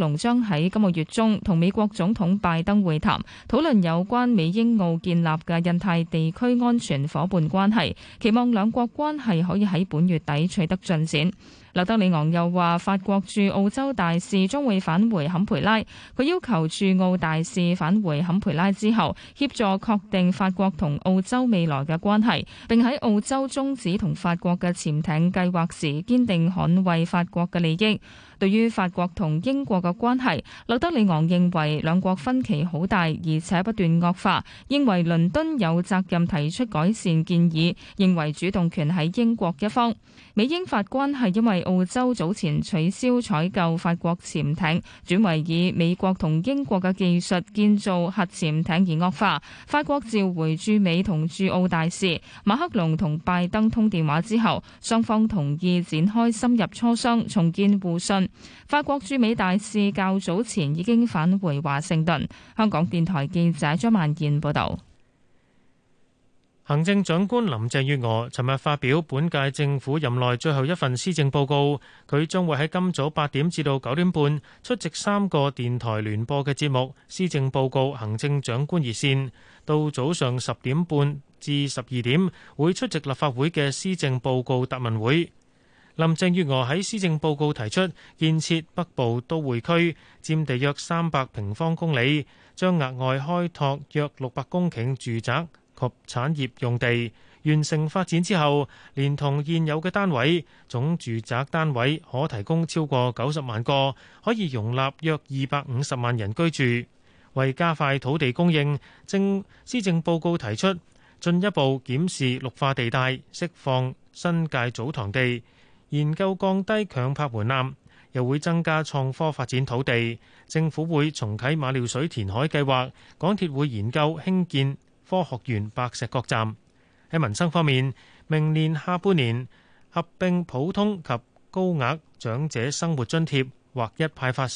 龍將喺今個月中同美國總統拜登會談，討論有關美英澳建立嘅印太地區安全夥伴關係，期望兩國關係可以喺本月底取得進展。勒德里昂又話，法國駐澳洲大使將會返回坎培拉，佢要求駐澳大使返回坎培拉之後，協助確定法國同澳洲未來嘅關係，並喺澳洲終止同法國嘅潛艇計劃時，堅定捍衛法國嘅利益。對於法國同英國嘅關係，勒德里昂認為兩國分歧好大，而且不斷惡化，認為倫敦有責任提出改善建議，認為主動權喺英國一方。美英法關係因為澳洲早前取消採購法國潛艇，轉為以美國同英國嘅技術建造核潛艇而惡化。法國召回駐美同駐澳大使，馬克龍同拜登通電話之後，雙方同意展開深入磋商，重建互信。法國駐美大使較早前已經返回華盛頓。香港電台記者張曼燕報道。 行政長官林鄭月娥尋日發表本屆政府任內最後一份施政報告，佢將會喺今早8點至到9點半出席3個電台聯播嘅節目，施政報告行政長官熱線，到早上10點半至12點會出席立法會嘅施政報告答問會。林鄭月娥喺施政報告提出建設北部都會區，佔地約300平方公里，將額外開拓約600公頃住宅及產業用地，完成發展之後，連同現有嘅單位，總住宅單位可提供超過90萬個，可以容納約250萬人居住。為加快土地供應，施政報告提出進一步檢視綠化地帶，釋放新界祖堂地，研究降低強拍門檻，又會增加創科發展土地。政府會重啟馬料水填海計劃，港鐵會研究興建科學園白石角站。喺民生方面，明年下半年合併普通及高額長者生活津貼，劃一派發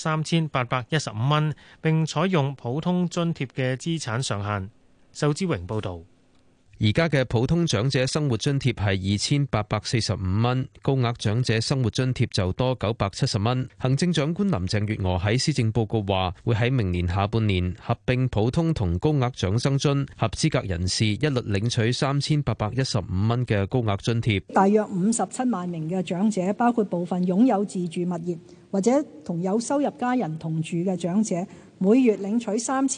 3815蚊，並採用普通津貼嘅資產上限。仇志榮報導。 而家嘅普通長者生活津貼係2845蚊，高額長者生活津貼就多970蚊。行政長官林鄭月娥喺施政報告話，會喺明年下半年合併普通同高額長生津，合資格人士一律領取3815蚊嘅高額津貼。 大約57萬名嘅長者，包括部分擁有自住物業或者同有收入家人同住嘅長者，每月領取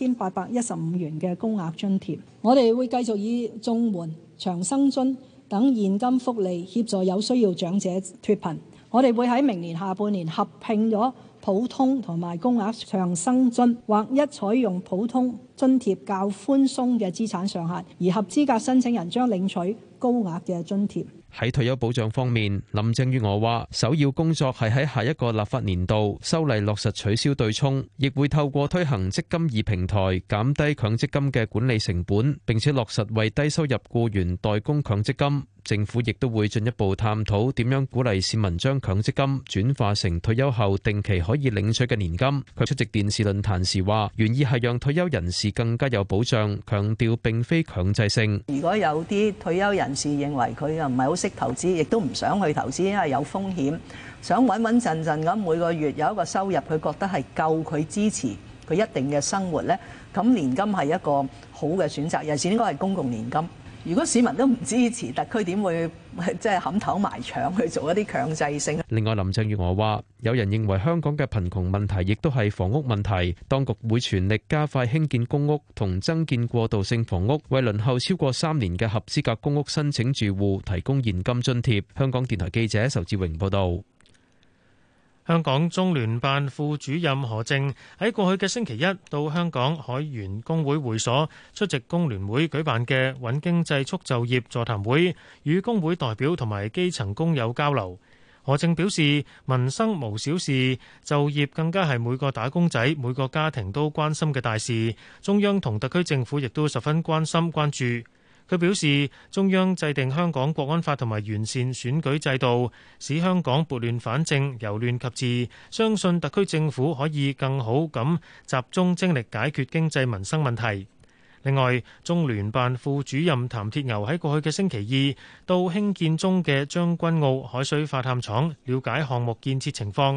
3815元嘅高額津貼。我哋會繼續以綜援、長生津等現金福利協助有需要長者脫貧。我哋會喺明年下半年合併咗普通同埋高額長生津，劃一採用普通津貼較寬鬆嘅資產上限，而合資格申請人將領取高額嘅津貼。 喺退休保障方面，林鄭月娥話首要工作係喺下一個立法年度修例落實取消對沖，亦會透過推行積金易平台減低強積金嘅管理成本，並且落實為低收入僱員代供強積金。政府亦都會進一步探討點樣鼓勵市民將強積金轉化成退休後定期可以領取嘅年金。佢出席電視論壇時話，原意係讓退休人士更加有保障，強調並非強制性。 如果有啲退休人士認為佢又唔係好識投資，亦都唔想去投資，因為有風險，想穩穩陣陣咁每個月有一個收入，佢覺得係夠佢支持佢一定嘅生活呢，咁年金係一個好嘅選擇，尤其是應該係公共年金。如果市民都唔支持，特區點會即係冚頭埋牆去做一啲強制性？ 另外，林鄭月娥話，有人認為香港嘅貧窮問題亦都係房屋問題，當局會全力加快興建公屋同增建過渡性房屋，為輪候超過3年嘅合資格公屋申請住戶提供現金津貼。香港電台記者仇志榮報導。 香港中聯辦副主任何靖喺過去嘅星期一到香港海員工會會所出席工聯會舉辦嘅穩經濟促就業座談會，與工會代表同埋基層工友交流。何靖表示，民生無小事，就業更加係每個打工仔、每個家庭都關心嘅大事。中央同特區政府亦都十分關心關注。佢表示，中央制定香港國安法同埋完善選舉制度，使香港撥亂反正、由亂及治。相信特區政府可以更好咁集中精力解決經濟民生問題。另外，中聯辦副主任譚鐵牛喺過去嘅星期二到興建中嘅將軍澳海水化淡廠了解項目建設情況。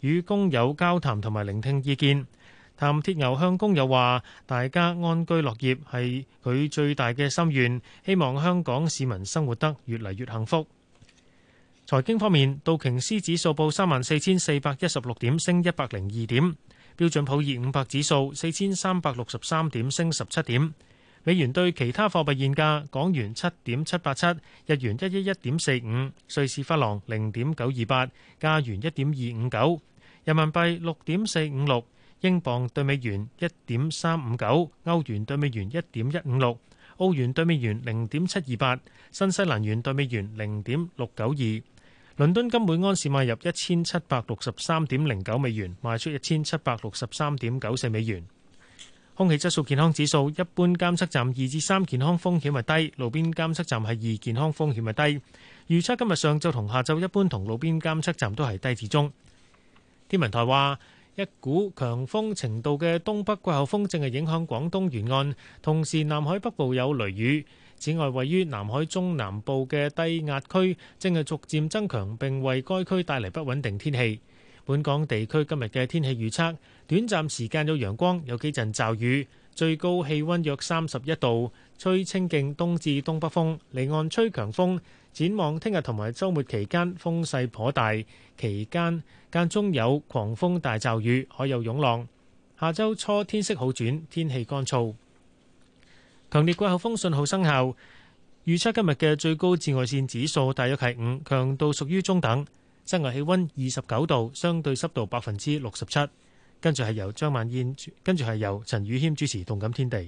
與工友交談同埋聆聽意見。譚鐵牛向工友話：大家安居樂業係佢最大嘅心願，希望香港市民生活得越嚟越幸福。財經方面，道瓊斯指數報34,416點，升102點；標準普爾500指數4,363點，升17點。美元對其他貨幣現價：港元7.787，日元111.45，瑞士法郎0.928，加元1.259，人民幣6.456，英鎊對美元1.359，歐元對美元1.156，澳元對美元0.728，新西蘭元對美元0.692。倫敦金每安士買入1763.09美元，賣出1763.94美元。空氣質素健康指數，一般監測站2至3，健康風險係低，路邊監測站係2，健康風險係低。預測今日上晝同下晝一般同路邊監測站都係低至中。天文台話，一股強風程度嘅東北季候風正係影響廣東沿岸，同時南海北部有雷雨。此外，位於南海中南部嘅低壓區正係逐漸增強，並為該區帶嚟不穩定天氣。本港地區今日嘅天氣預測，短暫時間有陽光，有幾陣驟雨，最高氣溫約31度，吹清勁東至東北風，離岸吹強風。展望聽日同埋週末期間風勢頗大，期間間中有狂風大驟雨，海有湧浪。下週初天色好轉，天氣乾燥。強烈季候風信號生效，預測今日嘅最高紫外線指數大約係5，強度屬於中等。室外氣溫29度，相對濕度67%。跟住係由陳宇謙主持《動感天地》。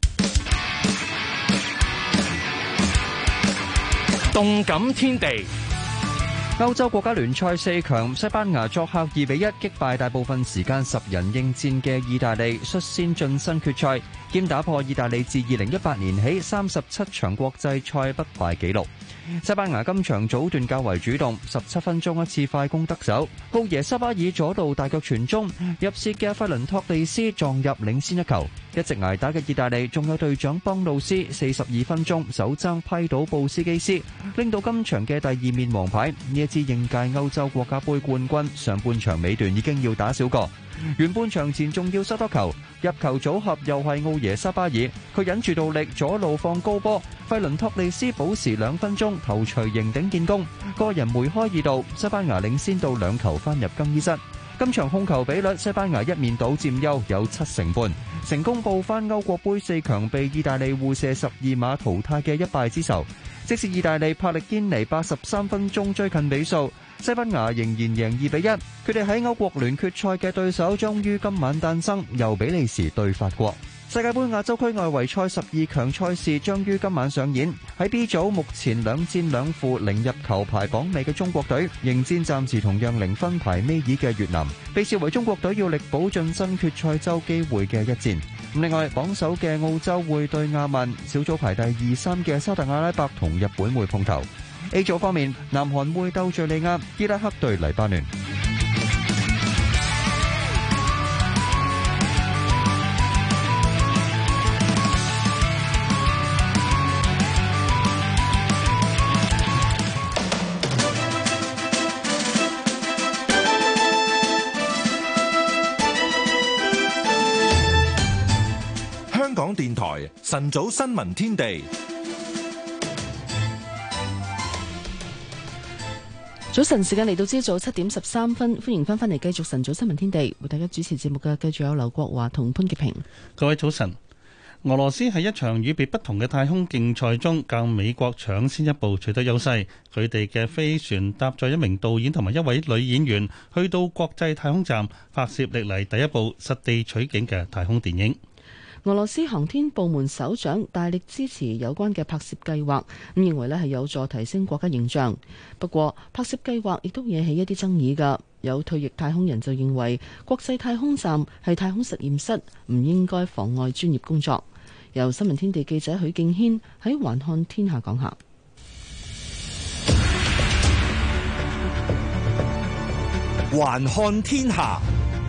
動感天地，歐洲國家聯賽4強，西班牙作客2-1擊敗大部分時間10人應戰嘅意大利，率先晉身決賽，兼打破意大利自2018年起37場國際賽不敗紀錄。西班牙今場早段較為主動，17分鐘一次快攻得手，奧耶沙巴爾左路大腳傳中，入楔嘅費倫托利斯撞入領先一球。一直捱打嘅意大利仲有隊長邦路斯42分鐘首爭批倒布斯基斯，拎到今場嘅第2面黃牌。呢一支應屆歐洲國家盃冠軍上半場尾段已經要打少個，完半場前仲要失多球，入球組合又係奧耶沙巴爾，佢忍住倒力左路放高波，費倫托利斯補時2分鐘頭槌迎頂建功，個人梅開2度，西班牙領先到2球返入更衣室。今場控球比率西班牙一面倒佔優，有7成半，成功報返歐國盃4強被意大利互射12碼淘汰嘅一敗之仇。即使意大利帕力堅尼83分鐘追近比數，西班牙仍然贏2-1。佢哋喺歐國聯決賽嘅對手終於今晚誕生，由比利時對法國。世界盃亞洲區外圍賽12強賽事將於今晚上演。喺 B 組目前2戰2負0入球排榜尾嘅中國隊，迎戰暫時同樣0分排尾二嘅越南，被視為中國隊要力保晉身決賽周機會嘅一戰。另外，榜首嘅澳洲會對亞曼，小組排第2、3嘅沙特阿拉伯同日本會碰頭。A 組方面，南韓會鬥敘利亞，伊拉克對黎巴嫩。 香港電台晨早新聞天地， 早晨時間嚟到朝早7:13，歡迎翻嚟繼續晨早新聞天地，為大家主持節目嘅繼續有劉國華同潘潔平。 各位早晨。俄羅斯喺一場與別不同嘅太空競賽中，較美國搶先一步取得優勢。佢哋嘅飛船搭載一名導演同埋一位女演員，去到國際太空站拍攝歷嚟第一部實地取景嘅太空電影。 俄羅斯航天部門首長大力支持有關嘅拍攝計劃，咁認為咧係有助提升國家形象。不過拍攝計劃亦都惹起一啲爭議㗎。有退役太空人就認為國際太空站係太空實驗室，唔應該妨礙專業工作。由新聞天地記者許敬軒喺環看天下講下。 環看天下。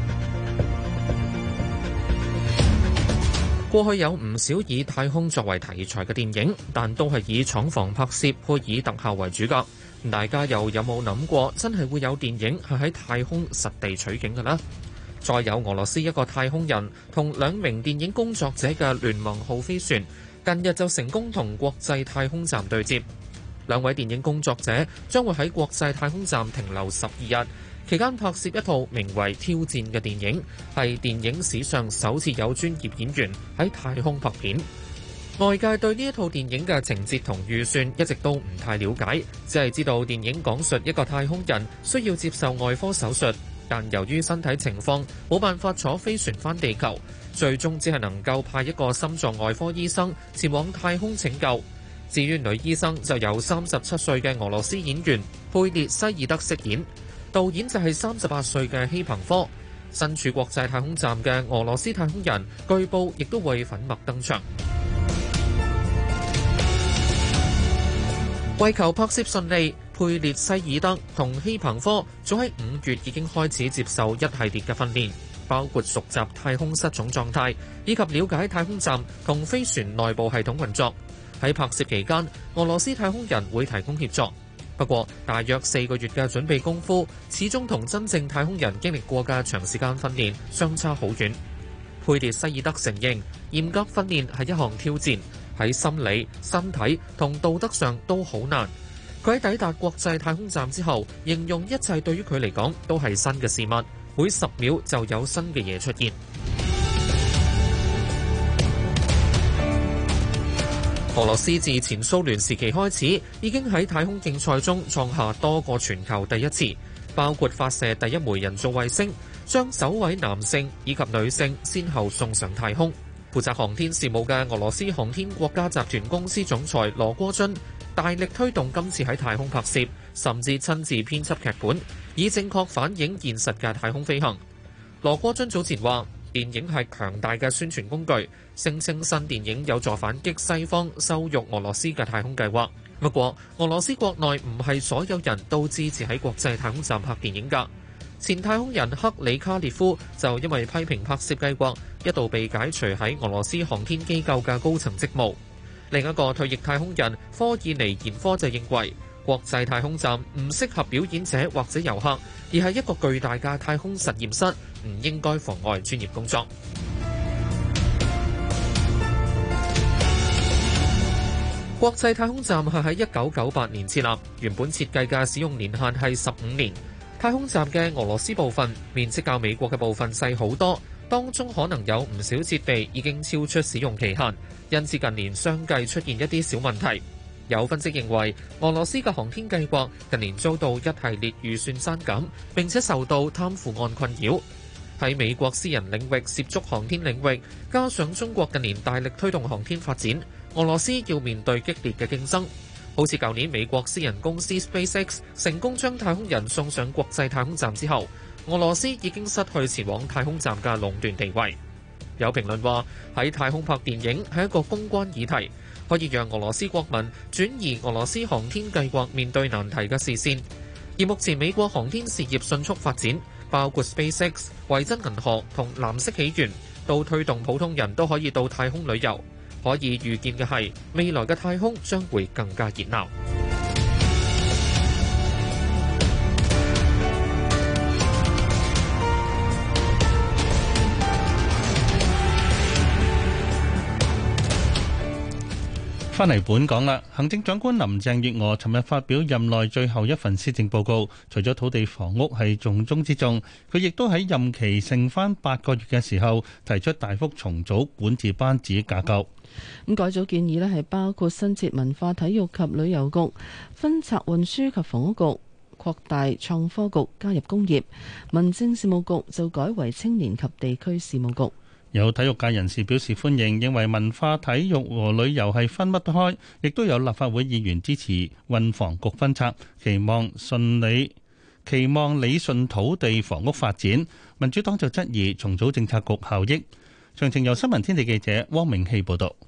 過去有唔少以太空作為題材嘅電影，但都係以廠房拍攝、配以特效為主角。 大家又有冇諗過，真係會有電影係喺太空實地取景嘅呢？再有俄羅斯一個太空人同2名電影工作者嘅聯盟號飛船，近日就成功同國際太空站對接。2位電影工作者將會喺國際太空站停留12日，期間拍攝一套名為《挑戰》嘅電影，係電影史上首次有專業演員喺太空拍片。外界對呢一套電影嘅情節同預算一直都唔太了解，只係知道電影講述一個太空人需要接受外科手術，但由於身體情況冇辦法坐飛船返地球，最終只係能夠派一個心臟外科醫生前往太空拯救。至於女醫生就由37歲嘅俄羅斯演員佩列西爾德飾演，導演就係38歲嘅希彭科。身處國際太空站嘅俄羅斯太空人據報亦都會粉墨登場。為求拍攝順利，佩列西爾德同希彭科早喺5月已經開始接受一系列嘅訓練，包括熟習太空失重狀態，以及了解太空站同飛船內部系統運作。喺拍攝期間，俄羅斯太空人會提供協助。不過，大約4個月嘅準備功夫，始終同真正太空人經歷過嘅長時間訓練相差好遠。佩列西爾德承認，嚴格訓練係一項挑戰。喺心理、身體同道德上都好難。佢喺抵達國際太空站之後，形容一切對於佢嚟講都係新嘅事物，每10秒就有新嘅嘢出現。俄羅斯自前蘇聯時期開始，已經喺太空競賽中創下多個全球第一次，包括發射第一枚人造衛星，將首位男性以及女性先後送上太空。負責航天事務嘅俄羅斯航天國家集團公司總裁羅戈津大力推動今次喺太空拍攝，甚至親自編輯劇本，以正確反映現實嘅太空飛行。羅戈津早前話，電影係強大嘅宣傳工具，聲稱新電影有助反擊西方羞辱俄羅斯嘅太空計劃。不過，俄羅斯國內唔係所有人都支持喺國際太空站拍電影㗎。前太空人克里卡列夫就因為批評拍攝計劃，一度被解除喺俄羅斯航天機構嘅高層職務。另一個退役太空人科爾尼延科就認為，國際太空站唔適合表演者或者遊客，而係一個巨大嘅太空實驗室，唔應該妨礙專業工作。國際太空站係喺1998年設立，原本設計嘅使用年限係15年。太空站嘅俄羅斯部分面積較美國嘅部分細好多，當中可能有唔少設備已經超出使用期限，因此近年相繼出現一啲小問題。有分析認為，俄羅斯嘅航天計劃近年遭到一系列預算刪減，並且受到貪腐案困擾。喺美國私人領域涉足航天領域，加上中國近年大力推動航天發展，俄羅斯要面對激烈嘅競爭。好似舊年美國私人公司 SpaceX 成功將太空人送上國際太空站之後，俄羅斯已經失去前往太空站嘅壟斷地位。有評論話，喺太空拍電影係一個公關議題，可以讓俄羅斯國民轉移俄羅斯航天計劃面對難題嘅視線。而目前美國航天事業迅速發展，包括 SpaceX、維珍銀河同藍色起源，都推動普通人都可以到太空旅遊。可以預見嘅係，未來嘅太空將會更加熱鬧。 返嚟本港啦，行政長官林鄭月娥尋日發表任內最後一份施政報告，除咗土地房屋係重中之重，佢亦都喺任期剩返8個月嘅時候提出大幅重組管治班子架構。 咁改組建議咧係包括新設文化體育及旅遊局，分拆運輸及房屋局，擴大創科局，加入工業。民政事務局就改為青年及地區事務局。 有體育界人士表示歡迎，認為文化體育和旅遊係分不開，亦都有立法會議員支持運房局分拆，期望理順土地房屋發展。民主黨就質疑重組政策局效益。詳情由新聞天地記者汪明熙報道。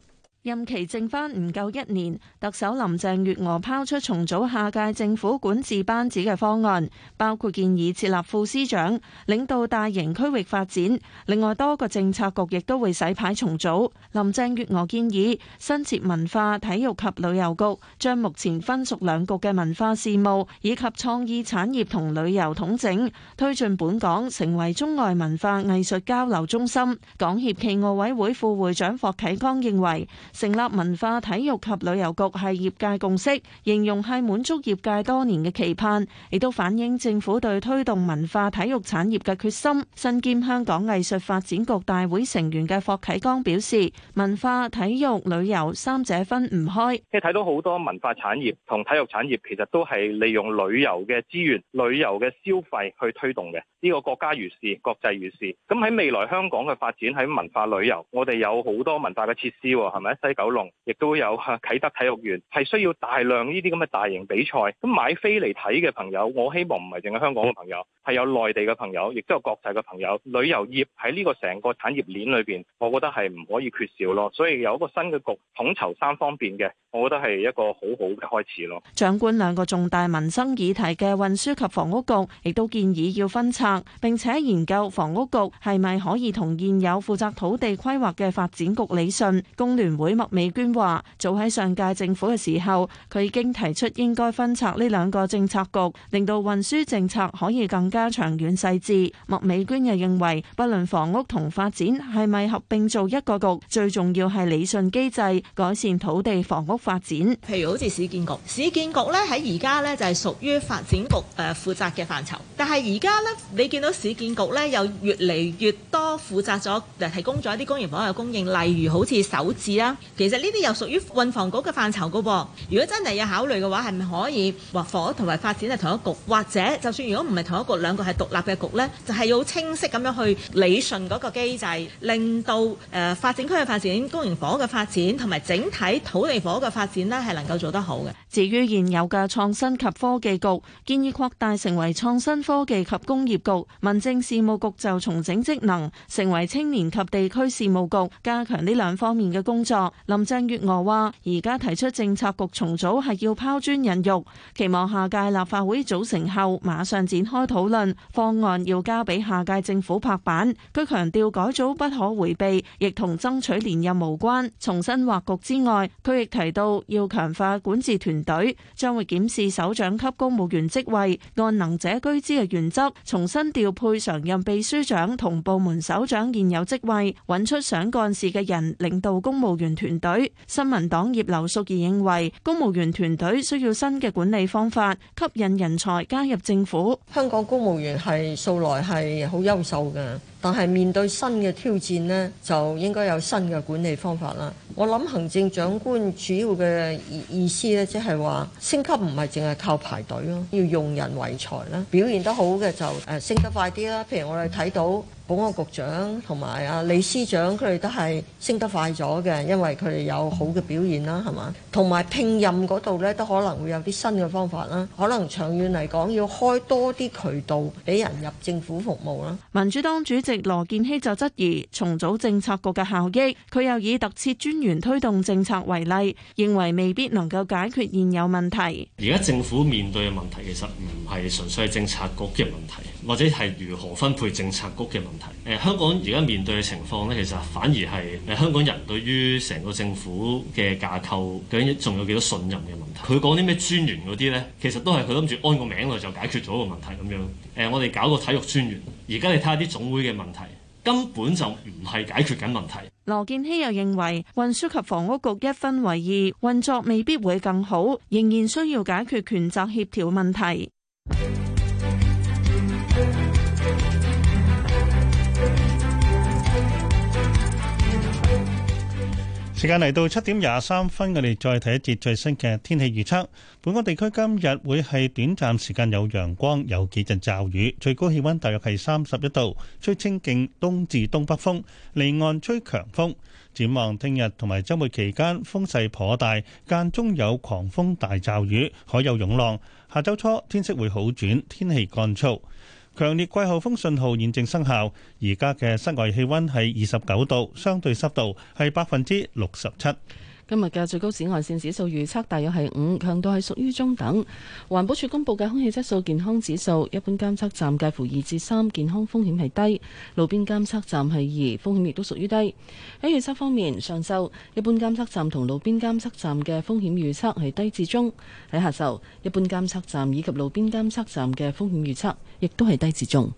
任期剩返唔夠1年，特首林鄭月娥拋出重組下屆政府管治班子嘅方案，包括建議設立副司長，領導大型區域發展。另外多個政策局亦都會洗牌重組。林鄭月娥建議新設文化、體育及旅遊局，將目前分屬兩局嘅文化事務以及創意產業同旅遊統整，推進本港成為中外文化藝術交流中心。港協暨奧委會副會長霍啟剛認為，成立文化體育及旅遊局係業界共識，形容係滿足業界多年嘅期盼，亦都反映政府對推動文化體育產業嘅決心。身兼香港藝術發展局大會成員嘅霍啟剛表示，文化、體育、旅遊三者分唔開。 即係睇到好多文化產業同體育產業其實都係利用旅遊嘅資源、旅遊嘅消費去推動嘅。呢個國家如是，國際如是。咁喺未來香港嘅發展喺文化旅遊，我哋有好多文化嘅設施，係咪？西九龍亦都有啟德體育園，係需要大量呢啲咁嘅大型比賽。咁買飛嚟睇嘅朋友，我希望唔係淨係香港嘅朋友，係有內地嘅朋友，亦都有國際嘅朋友。旅遊業喺呢個成個產業鏈裏邊，我覺得係唔可以缺少咯。所以有一個新嘅局統籌三方面嘅，我覺得係一個好好嘅開始咯。 掌管兩個重大民生議題嘅運輸及房屋局，亦都建議要分拆，並且研究房屋局係咪可以同現有負責土地規劃嘅發展局理順。工聯會麥美娟話：早喺上屆政府嘅時候，佢已經提出應該分拆呢兩個政策局，令到運輸政策可以更加長遠細緻。麥美娟又認為，不論房屋同發展係咪合併做一個局，最重要係理順機制，改善土地房屋發展。 譬如好似市建局，市建局咧喺而家咧就係屬於發展局負責嘅範疇，但係而家咧你見到市建局咧有越嚟越多負責咗提供咗一啲公營房屋嘅供應，例如好似首置啦，其實呢啲又屬於運房局嘅範疇噶噃。如果真係要考慮嘅話，係咪可以話房屋同埋發展係同一局，或者就算如果唔係同一局，兩個係獨立嘅局呢，就係要好清晰咁樣去理順嗰個機制，令到發展區嘅發展、公營房屋嘅發展同埋整體土地房屋嘅發展呢，係能夠做得好嘅。 至於現有嘅創新及科技局，建議擴大成為創新科技及工業局，民政事務局就重整職能，成為青年及地區事務局，加強呢兩方面嘅工作。林鄭月娥話：而家提出政策局重組係要拋磚引玉，期望下屆立法會組成後馬上展開討論，方案要交俾下屆政府拍板。佢強調改組不可迴避，亦同爭取連任無關。重新劃局之外，佢亦提到要強化管治團隊，將會檢視首長級公務員職位，按能者居之嘅原則，重新調配常任秘書長同部門首長現有職位，揾出想幹事嘅人領導公務員團隊。新民黨葉劉淑儀認為，公務員團隊需要新嘅管理方法，吸引人才加入政府。 香港公務員係素來係好優秀嘅，但係面對新嘅挑戰呢，就應該有新嘅管理方法啦。我諗行政長官主要嘅意思咧，即係話升級唔係淨係靠排隊咯，要用人唯才啦。表現得好嘅就升得快啲啦。譬如我哋睇到保安局長同埋啊李司長，佢哋都係升得快咗嘅，因為佢哋有好嘅表現啦，係嘛？同埋聘任嗰度咧，都可能會有啲新嘅方法啦。可能長遠嚟講，要開多啲渠道俾人入政府服務啦。 民主黨主席羅健熙就質疑重組政策局嘅效益，佢又以特設專員推動政策為例，認為未必能夠解決現有問題。 而家政府面對嘅問題其實唔係純粹係政策局嘅問題，或者係如何分配政策局嘅問題。香港而家面對嘅情況呢，其實反而係香港人對於成個政府嘅架構究竟仲有幾多信任嘅問題。佢講啲咩專員嗰啲呢，其實都係佢諗住安個名落就解決咗個問題咁樣。我哋搞個體育專員，而家你睇下啲總會嘅問題，根本就唔係解決緊問題。 羅健熙又認為運輸及房屋局一分為二，運作未必會更好，仍然需要解決權責協調問題。 時間嚟到7:23，我哋再睇一節最新嘅天氣預測。本港地區今日會係短暫時間有陽光，有幾陣驟雨，最高氣溫大約係31度，吹清勁東至東北風，離岸吹強風。展望聽日同埋週末期間風勢頗大，間中有狂風大驟雨，海有湧浪。下週初天色會好轉，天氣乾燥。強烈季候風信號現正生效，而家嘅室外氣溫係29度，相對濕度係67%。 今日嘅最高紫外線指數預測大約係5，強度係屬於中等。環保署公布嘅空氣質素健康指數，一般監測站介乎2至3，健康風險係低；路邊監測站係2，風險亦都屬於低。喺預測方面，上晝一般監測站同路邊監測站嘅風險預測係低至中；喺下晝，一般監測站以及路邊監測站嘅風險預測亦都係低至中。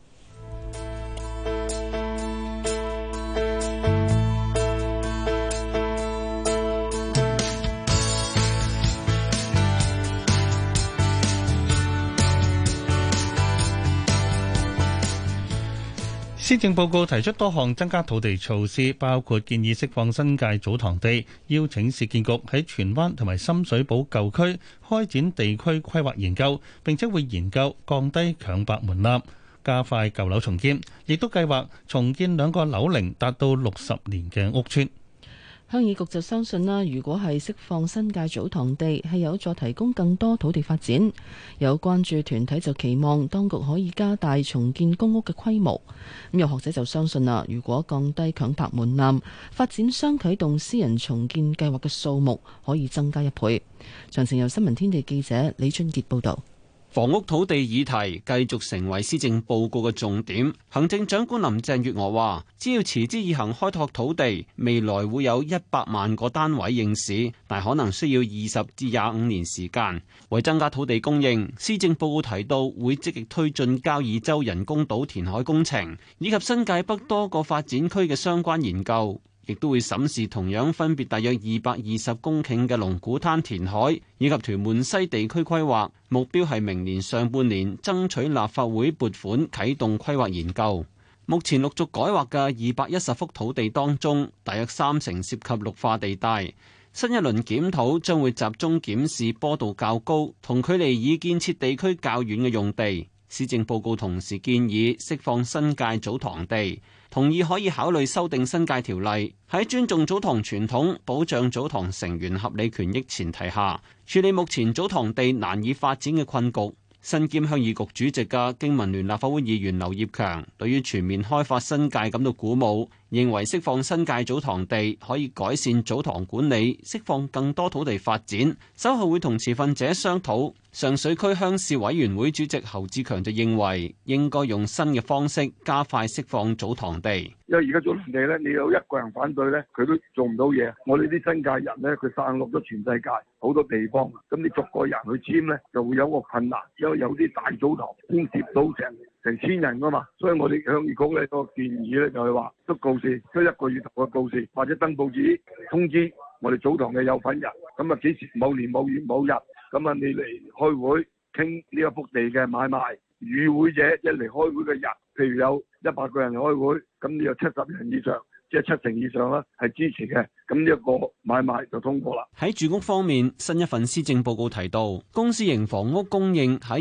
施政報告提出多項增加土地措施，包括建議釋放新界祖堂地，邀請市建局喺荃灣同埋深水埗舊區開展地區規劃研究，並且會研究降低強拍門檻，加快舊樓重建，亦都計劃重建2個樓齡達到60年嘅屋邨。 鄉議局就相信啦，如果係釋放新界祖堂地，係有助提供更多土地發展。有關注團體就期望當局可以加大重建公屋嘅規模。咁有學者就相信啦，如果降低強拍門檻，發展商啟動私人重建計劃嘅數目可以增加1倍。詳情由新聞天地記者李俊傑報導。 房屋土地議題繼續成為施政報告嘅重點。行政長官林鄭月娥話，只要持之以恆開拓土地，未來會有100萬個單位應市，但可能需要20至25年時間。為增加土地供應，施政報告提到會積極推進交椅洲人工島填海工程，以及新界北多個發展區嘅相關研究。亦都會審視同樣分別大約220公頃嘅龍鼓灘填海以及屯門西地區規劃，目標係明年上半年爭取立法會撥款啟動規劃研究。目前陸續改劃嘅210幅土地當中，大約30%涉及綠化地帶。新一輪檢討將會集中檢視坡度較高同距離已建設地區較遠嘅用地。施政報告同時建議釋放新界祖堂地，同意可以考慮修訂新界條例，喺尊重祖堂傳統、保障祖堂成員合理權益前提下，處理目前祖堂地難以發展嘅困局。身兼鄉議局主席嘅經民聯立法會議員劉業強對於全面開發新界感到鼓舞，認為釋放新界祖堂地可以改善祖堂管理，釋放更多土地發展。稍後會同持份者商討。上水區鄉事委員會主席侯志強就認為應該用新嘅方式加快釋放祖堂地。 因為而家祖堂地咧，你有一個人反對咧，佢都做唔到嘢。我哋啲新界人咧，佢散落咗全世界好多地方，咁你逐個人去簽咧，就會有個困難，因為有啲大祖堂牽涉到成千人噶嘛，所以我哋鄉議局咧個建議咧就係話，都告示出1個月頭嘅告示，或者登報紙通知我哋祖堂嘅有份人，咁啊幾時某年某月某日。咁啊，你嚟開會傾呢一幅地嘅買賣，與會者一嚟開會嘅人，譬如有100個人開會，咁你有70人以上，即係70%以上啦，係支持嘅，咁呢一個買賣就通過啦。 喺住屋方面，新一份施政報告提到，公私營房屋供應喺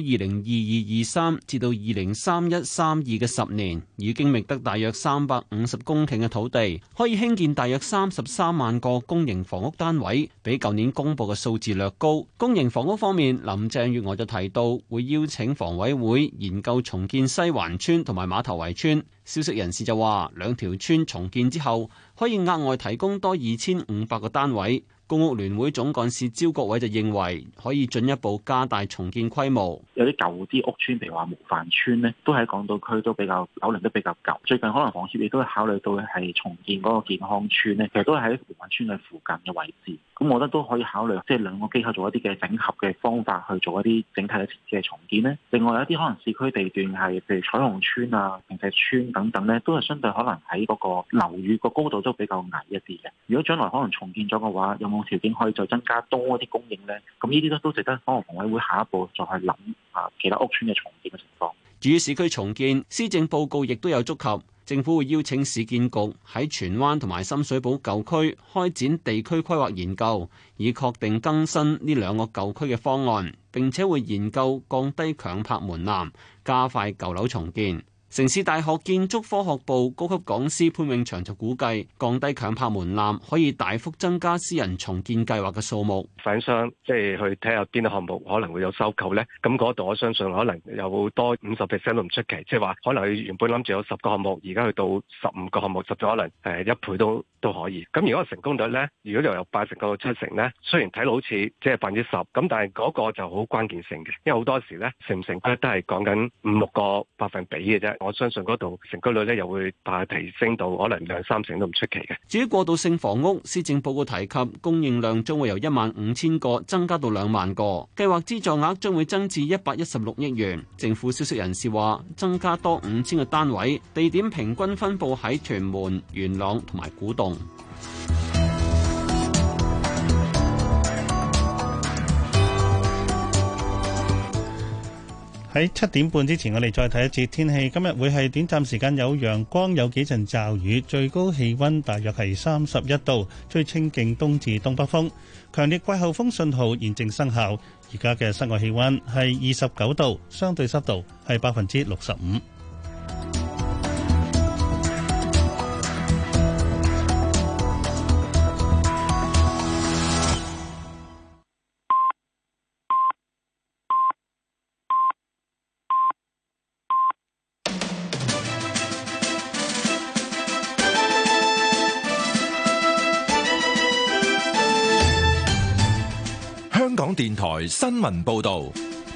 2022-23至到2031-32嘅10年，已經覓得大約350公頃嘅土地，可以興建大約33萬個公營房屋單位，比舊年公布嘅數字略高。公營房屋方面，林鄭月娥就提到會邀請房委會研究重建西環村同埋馬頭圍村。消息人士就話，2條村重建之後，可以額外提供多2500個單位。公屋聯會總幹事招國偉就認為可以進一步加大重建規模。 有啲舊啲屋邨，譬如話模範邨咧，都喺港島區都比較樓齡都比較舊。最近可能房協亦都會考慮到係重建嗰個健康邨咧，其實都係喺模範邨嘅附近嘅位置。咁我覺得都可以考慮，即係2個機構做一啲嘅整合嘅方法去做一啲整體嘅重建咧。另外有一啲可能市區地段係譬如彩虹邨啊、平石邨等等咧，都係相對可能喺嗰個樓宇個高度都比較矮一啲嘅。如果將來可能重建咗嘅話，有冇條件可以再增加多啲供應咧？咁呢啲都值得可能房委會下一步再去諗其他屋邨嘅重建嘅情況。 至於市區重建，施政報告亦都有觸及。政府會邀請市建局喺荃灣同埋深水埗舊區開展地區規劃研究，以確定更新呢2個舊區嘅方案，並且會研究降低強拍門檻，加快舊樓重建。 城市大學建築科學部高級講師潘永祥就估計，降低強拍門檻可以大幅增加私人重建計劃嘅數目。 發展商即係去睇下邊啲項目可能會有收購咧，咁嗰度我相信可能有多50%都唔出奇，即係話可能佢原本諗住有10個項目，而家去到15個項目，甚至可能1倍都可以。咁如果成功率咧，如果由80%到70%咧，雖然睇到好似即係10%，咁但係嗰個就好關鍵性嘅，因為好多時咧成唔成功都係講緊5-6個百分比嘅啫。我相信嗰度成功率咧又會大提升到可能2-3成都唔出奇嘅。 至於過渡性房屋，施政報告提及供應量將會由15,000個增加到2萬個，計劃資助額將會增至116億元。政府消息人士話，增加多5,000個單位，地點平均分佈喺屯門、元朗同埋古洞。 喺7點半之前，我哋再睇一節天氣。今日會係短暫時間有陽光，有幾陣驟雨，最高氣溫大約係31度，吹清勁東至東北風。強烈季候風信號現正生效。而家嘅室外氣溫係29度，相對濕度係65%。 香港電台新聞報道，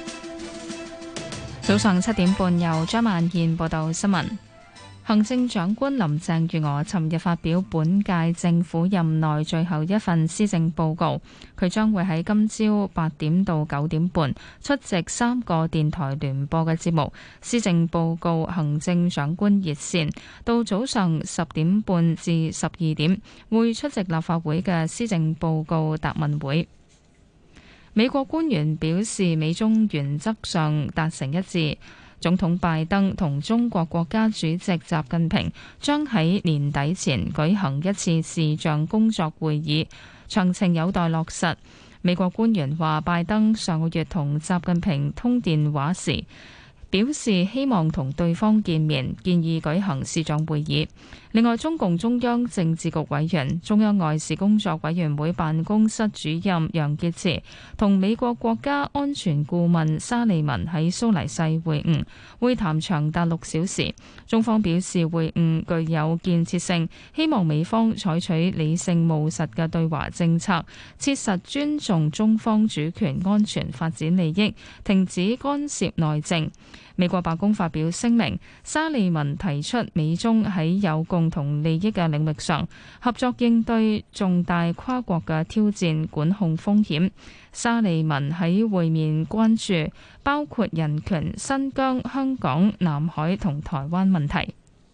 早上7點半由張萬燕報道新聞。行政長官林鄭月娥尋日發表本屆政府任內最後一份施政報告，佢將會喺今朝8點到9點半出席3個電台聯播嘅節目。施政報告行政長官熱線到早上10點半至12點會出席立法會嘅施政報告答問會。美國官員表示，美中原則上達成一致。總統拜登同中國國家主席習近平將喺年底前舉行一次視像工作會議，詳情有待落實。美國官員話，拜登上個月同習近平通電話時，表示希望同對方見面，建議舉行視像會議。另外，中共中央政治局委員、中央外事工作委員會辦公室主任楊潔篪同美國國家安全顧問沙利文喺蘇黎世會晤，會談長達6小時。中方表示會晤具有建設性，希望美方採取理性務實嘅對華政策，切實尊重中方主權、安全、發展利益，停止干涉內政。美國白宮發表聲明，沙利文提出美中喺有共同利益嘅領域上合作應對重大跨國嘅挑戰，管控風險。沙利文喺會面關注包括人權、新疆、香港、南海同台灣問題。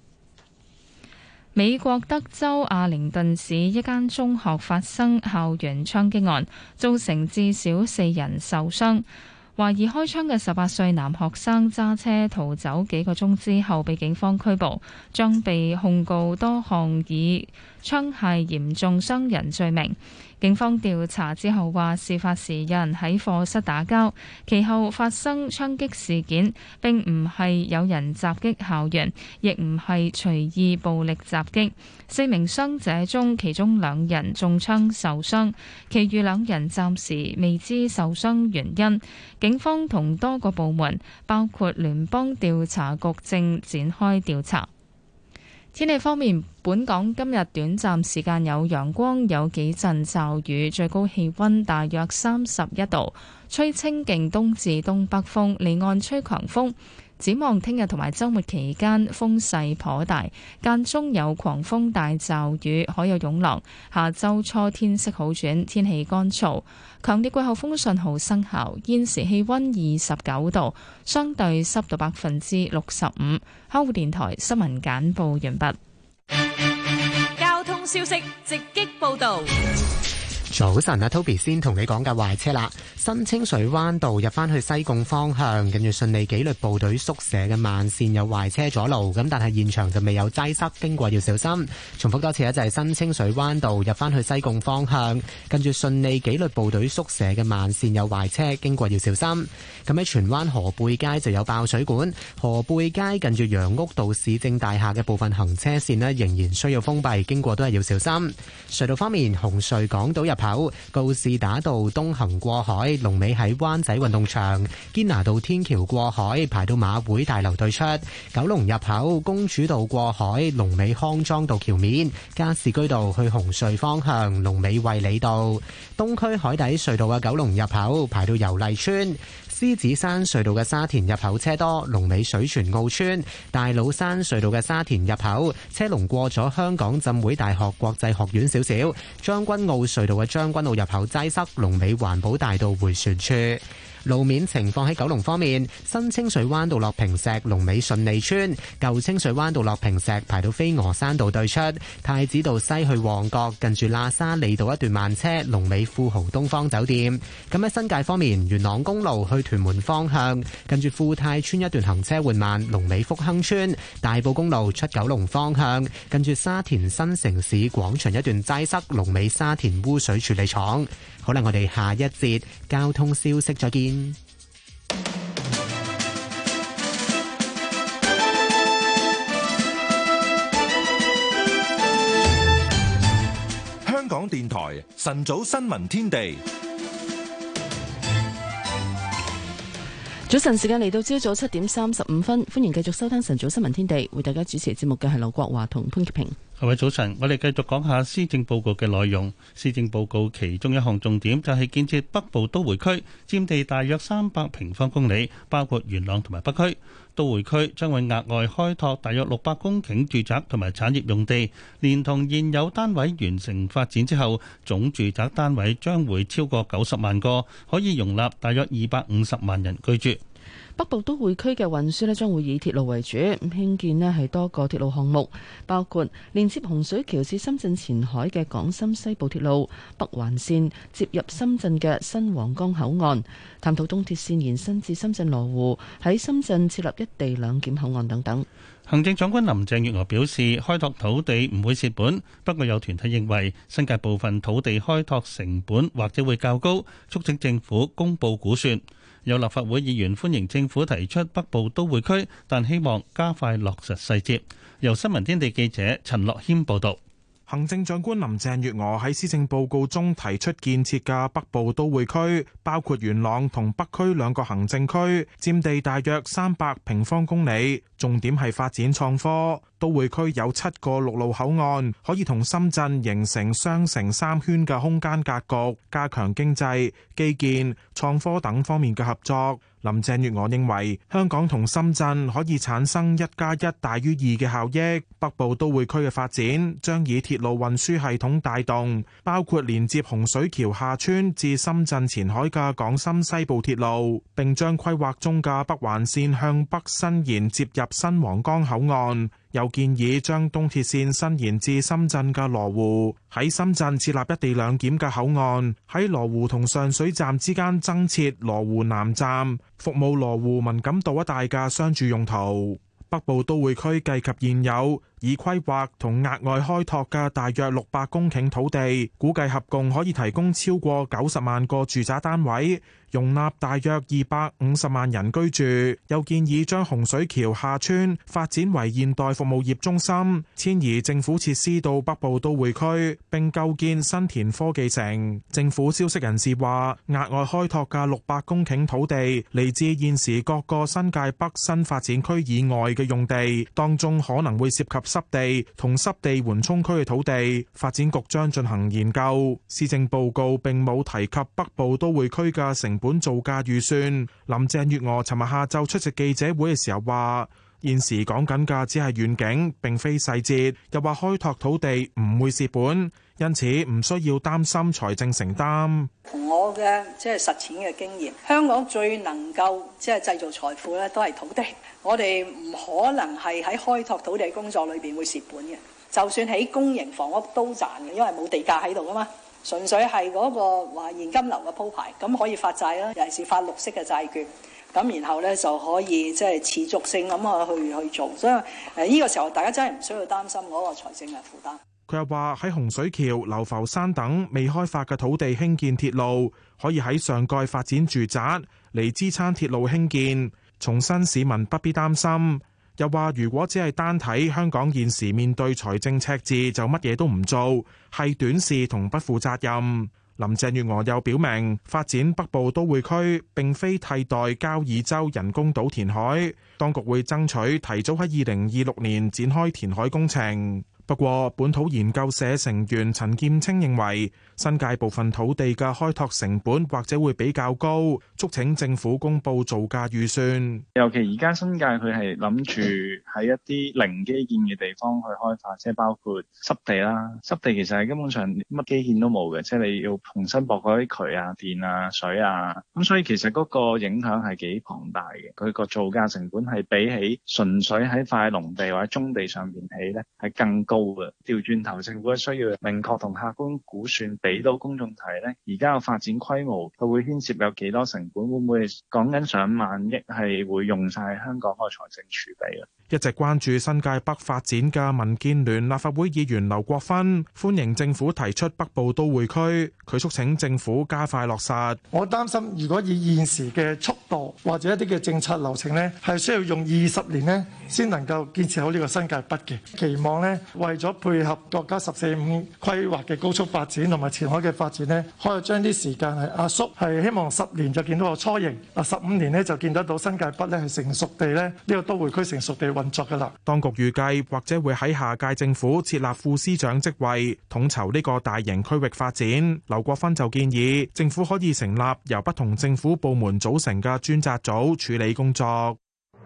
美國德州阿靈頓市一間中學發生校園槍擊案，造成至少4人受傷。懷疑開槍嘅18歲男學生揸車逃走幾個鐘之後被警方拘捕，將被控告多項以槍械嚴重傷人罪名。警方調查之後話，事發時有人喺課室打交，其後發生槍擊事件，並唔係有人襲擊校園，亦唔係隨意暴力襲擊。4名傷者中，其中2人中槍受傷，其餘2人暫時未知受傷原因。警方同多個部門，包括聯邦調查局，正展開調查。天氣方面，本港今日短暫時間有陽光，有幾陣驟雨，最高氣溫大約31度，吹清勁東至東北風，離岸吹強風。展望聽日同埋週末期間風勢頗大，間中有狂風大驟雨，可有湧浪。下週初天色好轉，天氣乾燥，強烈季候風信號生效。現時氣溫29度，相對濕度65%。香港電台新聞簡報完畢。 交通消息直擊報道。 早晨啊 ，Toby 先同你講嘅壞車啦。新清水灣道入翻去西貢方向，跟住順利紀律部隊宿舍嘅慢線有壞車阻路，咁但係現場就未有擠塞，經過要小心。重複多次啊，就係新清水灣道入翻去西貢方向，跟住順利紀律部隊宿舍嘅慢線有壞車，經過要小心。咁喺荃灣河背街就有爆水管，河背街近住楊屋道市政大廈嘅部分行車線呢仍然需要封閉，經過都係要小心。隧道方面，紅隧港島入口告士打道東行過海，龍尾喺灣仔運動場；堅拿道天橋過海排到馬會大樓對出；九龍入口公主道過海，龍尾康莊道橋面；加士居道去紅隧方向，龍尾衛理道；東區海底隧道嘅九龍入口排到油麗邨。獅子山隧道嘅沙田入口車多，龍尾水泉澳村；大老山隧道嘅沙田入口車龍過咗香港浸會大學國際學院少少；將軍澳隧道嘅將軍澳入口擠塞，龍尾環保大道迴旋處。路面情況喺九龍方面，新清水灣道落坪石，龍尾順利村；舊清水灣道落坪石排到飛鵝山道對出；太子道西去旺角近住喇沙利道一段慢車，龍尾富豪東方酒店。咁喺新界方面，元朗公路去屯門方向近住富泰村一段行車緩慢，龍尾福亨村；大埔公路出九龍方向近住沙田新城市廣場一段擠塞，龍尾沙田污水處理廠。好啦，我哋下一節交通消息再見。 香港電台晨早新聞天地。 早晨時間嚟到朝早7:35，歡迎繼續收聽晨早新聞天地，為大家主持節目嘅係劉國華同潘潔平。 各位早晨，我哋繼續講下施政報告嘅內容。施政報告其中一項重點就係建設北部都會區，佔地大約300平方公里，包括元朗同埋北區。都會區將會額外開拓大約600公頃住宅同埋產業用地，連同現有單位完成發展之後，總住宅單位將會超過90萬個，可以容納大約250萬人居住。 北部都會區嘅運輸咧將會以鐵路為主，興建咧係多個鐵路項目，包括連接洪水橋至深圳前海嘅港深西部鐵路、北環線接入深圳嘅新皇崗口岸，探討東鐵線延伸至深圳羅湖，喺深圳設立一地兩檢口岸等等。 行政長官林鄭月娥表示，開拓土地唔會蝕本，不過有團體認為新界部分土地開拓成本或者會較高，促請政府公布估算。有立法會議員歡迎政府提出北部都會區，但希望加快落實細節。由新聞天地記者陳樂謙報道。 行政長官林鄭月娥喺施政報告中提出建設嘅北部都會區，包括元朗同北區兩個行政區，佔地大約300平方公里，重點係發展創科。都會區有7個陸路口岸，可以同深圳形成雙城3圈嘅空間格局，加強經濟、基建、創科等方面嘅合作。林鄭月娥認為香港同深圳可以產生1+1大於2嘅效益。北部都會區嘅發展將以鐵路運輸系統帶動，包括連接洪水橋下村至深圳前海嘅港深西部鐵路，並將規劃中嘅北環線向北伸延接入新皇崗口岸。又建議將東鐵線伸延至深圳嘅羅湖，喺深圳設立一地兩檢嘅口岸，喺羅湖同上水站之間增設羅湖南站，服務羅湖文錦渡一帶嘅商住用途。北部都會區計及現有已規劃同額外開拓嘅大約600公頃土地，估計合共可以提供超過90萬個住宅單位，容納大約250萬人居住。又建議將洪水橋下村發展為現代服務業中心，遷移政府設施到北部都會區，並構建新田科技城。政府消息人士話，額外開拓嘅600公頃土地嚟自現時各個新界北新發展區以外嘅用地，當中可能會涉及濕地同濕地緩衝區嘅土地。發展局將進行研究。施政報告並冇提及北部都會區嘅成本造價預算。林鄭月娥尋日下晝出席記者會嘅時候話，現時講緊嘅只係願景，並非細節。又話開拓土地唔會蝕本，因此唔需要擔心財政承擔。 同我嘅實踐嘅經驗，香港最能夠製造財富咧，都係土地。我哋唔可能係喺開拓土地工作裏邊會蝕本嘅。就算喺公營房屋都賺嘅，因為冇地價喺度啊嘛。 純粹係嗰個話現金流嘅鋪排，咁可以發債啦，尤其是發綠色嘅債券，咁然後咧就可以即係持續性咁去做，所以呢個時候大家真係唔需要擔心嗰個財政嘅負擔。 佢又話喺洪水橋、流浮山等未開發嘅土地興建鐵路，可以喺上蓋發展住宅嚟支撐鐵路興建，重申市民不必擔心。又話如果只係單睇香港現時面對財政赤字就乜嘢都唔做，係短視同不負責任。林鄭月娥又表明，發展北部都會區並非替代交椅洲人工島填海，當局會爭取提早喺2026年展開填海工程。不過，本土研究社成員陳劍青認為，新界部分土地嘅開拓成本或者會比較高，促請政府公布造價預算。 尤其而家新界佢係諗住喺一啲零基建嘅地方去開發，即係包括濕地啦。濕地其實係根本上乜基建都冇嘅，即係你要重新駁嗰啲渠啊、電啊、水啊。咁所以其實嗰個影響係幾龐大嘅。佢個造價成本係比起純粹喺塊農地或者棕地上邊起咧係更高。調轉頭，政府需要明確同客觀估算，俾到公眾睇呢。而家嘅發展規模，佢會牽涉有幾多成本？會唔會講緊上萬億係會用晒香港個財政儲備啊？ 一直關注新界北發展嘅民建聯立法會議員劉國勳歡迎政府提出北部都會區，佢促請政府加快落實。 我擔心，如果以現時嘅速度或者一啲嘅政策流程呢，係需要用20年呢先能夠建設好呢個新界北嘅。期望呢，為咗配合國家14-5規劃嘅高速發展同埋前海嘅發展呢，可以將啲時間係壓縮，係希望10年就見到個雛形，15年呢就見得到新界北呢係成熟地呢，呢個都會區成熟地運作㗎啦。 當局預計或者會喺下屆政府設立副司長職位，統籌呢個大型區域發展。劉國勳就建議政府可以成立由不同政府部門組成嘅專責組處理工作。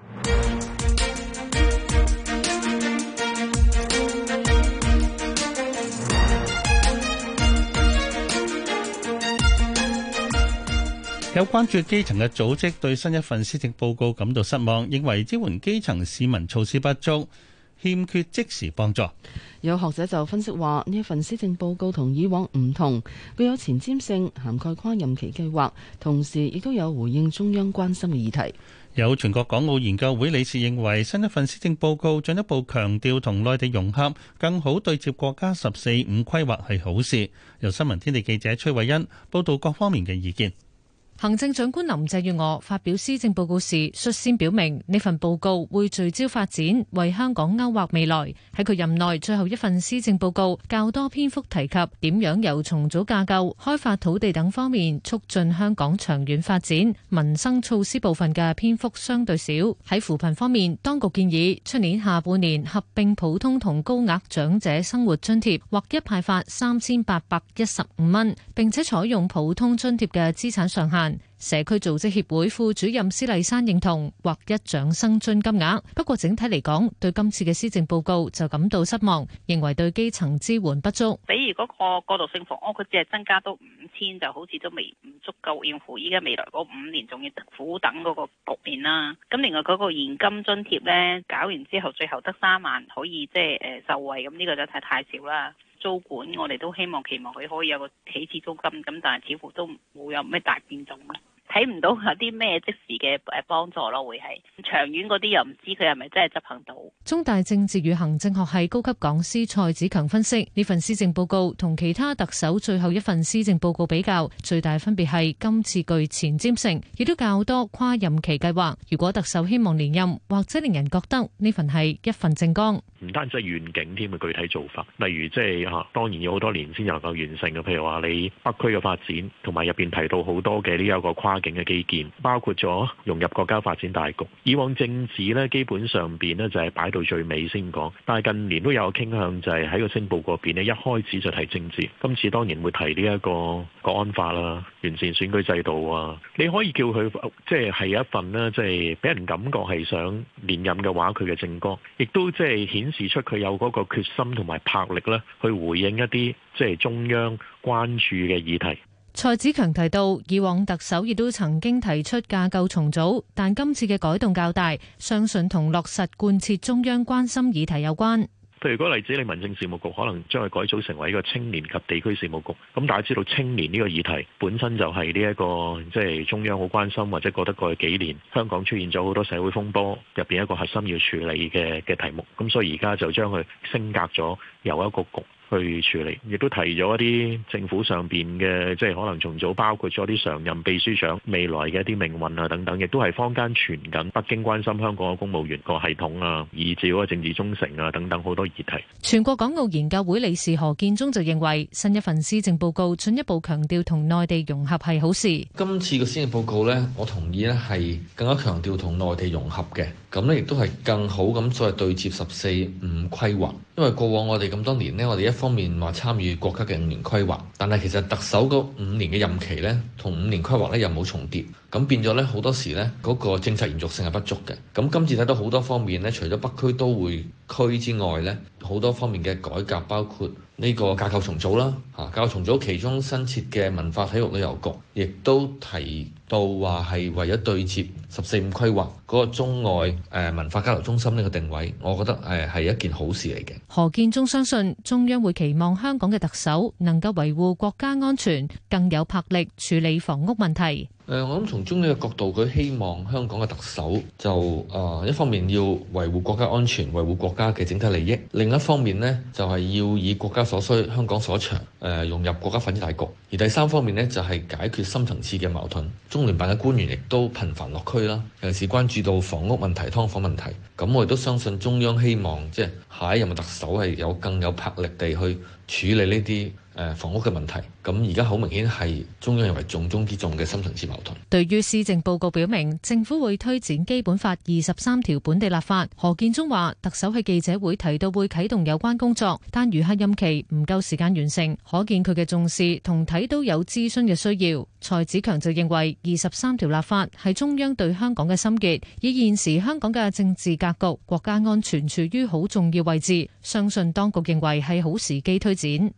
有關注基層嘅組織對新一份施政報告感到失望，認為支援基層市民措施不足，欠缺即時幫助。 有學者就分析話，呢一份施政報告同以往唔同，具有前瞻性，涵蓋跨任期計劃，同時亦都有回應中央關心嘅議題。 有全國港澳研究會理事認為，新一份施政報告進一步強調同內地融合，更好對接國家14-5規劃係好事。由新聞天地記者崔慧欣報道各方面嘅意見。 行政長官林鄭月娥發表施政報告時，率先表明呢份報告會聚焦發展，為香港勾畫未來。喺佢任內最後一份施政報告，較多篇幅提及點樣由重組架構、開發土地等方面促進香港長遠發展。民生措施部分嘅篇幅相對少。喺扶貧方面，當局建議出年下半年合併普通同高額長者生活津貼，劃一派發3815蚊，並且採用普通津貼嘅資產上限。社區組織協會副主任施麗珊認同劃一長生津金額，不過整體嚟講，對今次嘅施政報告就感到失望，認為對基層支援不足。 比如嗰個過渡性房屋，佢只係增加到5000，就好似都未唔足夠應付依家未來嗰5年仲要苦等嗰個局面啦。咁另外嗰個現金津貼呢，搞完之後最後得3萬可以即係受惠，咁呢個就太少啦。租管我哋都期望佢可以有個起始租金，咁但係似乎都冇有咩大變動，睇唔到有啲咩即時嘅幫助咯。會係長遠嗰啲又唔知佢係咪真係執行到。 中大政治與行政學系高級講師蔡子強分析，呢份施政報告同其他特首最後一份施政報告比較，最大分別係今次具前瞻性，亦都較多跨任期計劃。如果特首希望連任，或者令人覺得呢份係一份政綱。 唔單止係願景添嘅具體做法，例如即係當然要好多年先能夠完成嘅，譬如話你北區嘅發展，同埋入邊提到好多嘅呢一個跨境嘅基建，包括咗融入國家發展大局。以往政治呢，基本上邊呢就係擺到最尾先講，但係近年都有傾向就係喺個施政報告邊呢一開始就提政治。今次當然會提呢一個國安法啦、完善選舉制度啊。你可以叫佢即係一份呢，即係俾人感覺係想連任嘅話，佢嘅政綱亦都即係顯示出佢有嗰個決心同埋魄力咧，去回應一啲即係中央關注嘅議題。 蔡子強提到，以往特首亦都曾經提出架構重組，但今次嘅改動較大，相信同落實貫徹中央關心議題有關。 譬如嗰個例子，你民政事務局可能將佢改組成為一個青年及地區事務局。咁大家知道青年呢個議題本身就係呢一個即係中央好關心，或者覺得過去幾年香港出現咗好多社會風波入邊一個核心要處理嘅題目。咁所以而家就將佢升格咗，由一個局去處理，亦都提咗一啲政府上邊嘅，即係可能重組，包括咗啲常任秘書長未來嘅一啲命運啊等等，亦都係坊間傳緊北京關心香港嘅公務員個系統啊，以至嗰個政治忠誠啊等等好多議題。 全國港澳研究會理事何建宗就認為，新一份施政報告進一步強調同內地融合係好事。 今次嘅施政報告呢，我同意呢係更加強調同內地融合嘅，咁呢亦都係更好咁所謂對接14、5規劃。因為過往我哋咁多年呢，我哋一方面話參與國家嘅5年規劃，但係其實特首嗰5年嘅任期呢，同5年規劃呢又冇重疊，咁變咗呢好多時呢嗰個政策延續性係不足嘅。咁今次睇到好多方面呢，除咗北區都會區之外呢，好多方面嘅改革，包括呢個架構重組啦，架構重組其中新設嘅文化體育旅遊局，亦都提到話係為咗對接14、5規劃嗰個中外文化交流中心呢個定位，我覺得係一件好事嚟嘅。 何建宗相信中央會期望香港嘅特首能夠維護國家安全，更有魄力處理房屋問題。 我諗從中央嘅角度，佢希望香港嘅特首就一方面要維護國家安全，維護國家嘅整體利益；另一方面呢，就係要以國家所需、香港所長，融入國家發展大局。而第三方面呢，就係解決深層次嘅矛盾。中聯辦嘅官員亦都頻繁落區啦，尤其是關注到房屋問題、劏房問題。咁我亦都相信中央希望即係下一任嘅特首係更有魄力地去處理呢啲房屋嘅問題。咁而家好明顯係中央認為重中之重嘅深層次矛盾。 對於施政報告表明政府會推展基本法23條本地立法，何建宗話特首喺記者會提到會啟動有關工作，但餘下任期唔夠時間完成，可見佢嘅重視同睇到有諮詢嘅需要。蔡子強就認為23條立法係中央對香港嘅心結，以現時香港嘅政治格局，國家安全處於好重要位置，相信當局認為係好時機推展。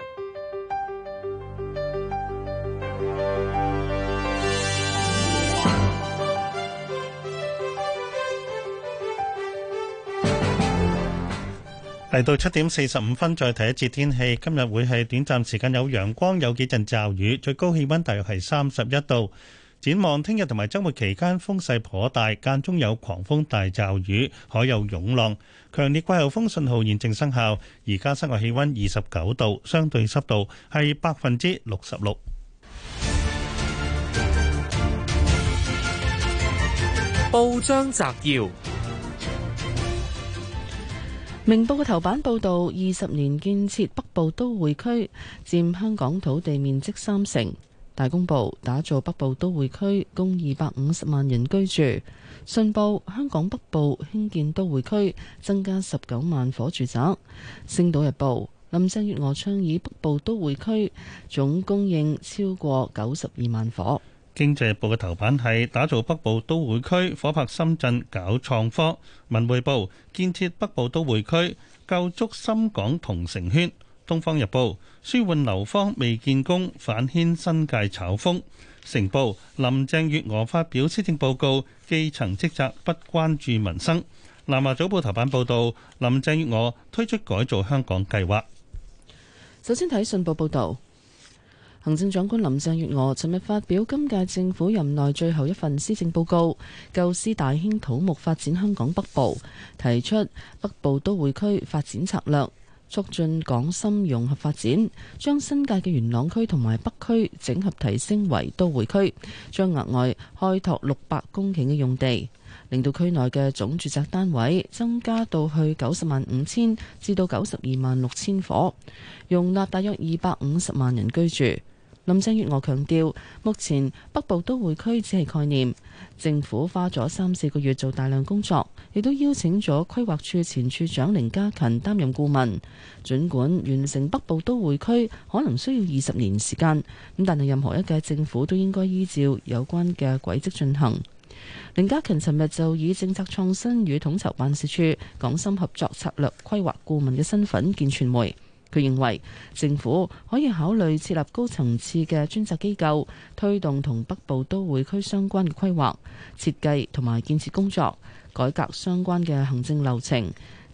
嚟到7點45分，再睇一節天氣。今日會係短暫時間有陽光，有幾陣驟雨，最高氣溫大約係31度。展望聽日同埋週末期間風勢頗大，間中有狂風大驟雨，海有湧浪。強烈季候風信號現正生效。而家室外氣溫29度，相對濕度係66%。 報章摘要。 明報嘅頭版報導，20年建設北部都會區，佔香港土地面積30%。大公報打造北部都會區，供250萬人居住。信報香港北部興建都會區，增加19萬伙住宅。星島日報林鄭月娥倡議北部都會區，總供應超過92萬伙。 經濟日報嘅頭版係打造北部都會區，夥拍深圳搞創科。文匯報建設北部都會區，構築深港同城圈。東方日報舒緩樓荒未見功，反掀新界炒風。成報林鄭月娥發表施政報告，基層職責不關注民生。南華早報頭版報導，林鄭月娥推出改造香港計劃。 首先睇信報報導。行政長官林鄭月娥尋日發表今屆政府任內最後一份施政報告，構思大興土木發展香港北部，提出北部都會區發展策略，促進港深融合發展，將新界嘅元朗區同埋北區整合提升為都會區，將額外開拓600公頃嘅用地，令到區內嘅總住宅單位增加到去905000至到926,000伙，容納大約250萬人居住。林鄭月娥強調，目前北部都會區只係概念，政府花咗3-4個月做大量工作，亦都邀請咗規劃處前處長凌家勤擔任顧問。儘管完成北部都會區可能需要20年時間，咁但係任何一屆政府都應該依照有關嘅軌跡進行。凌家勤尋日就以政策創新與統籌辦事處港深合作策略規劃顧問嘅身份見傳媒。佢認為政府可以考慮設立高層次嘅專責機構，推動同北部都會區相關嘅規劃、設計同埋建設工作，改革相關嘅行政流程，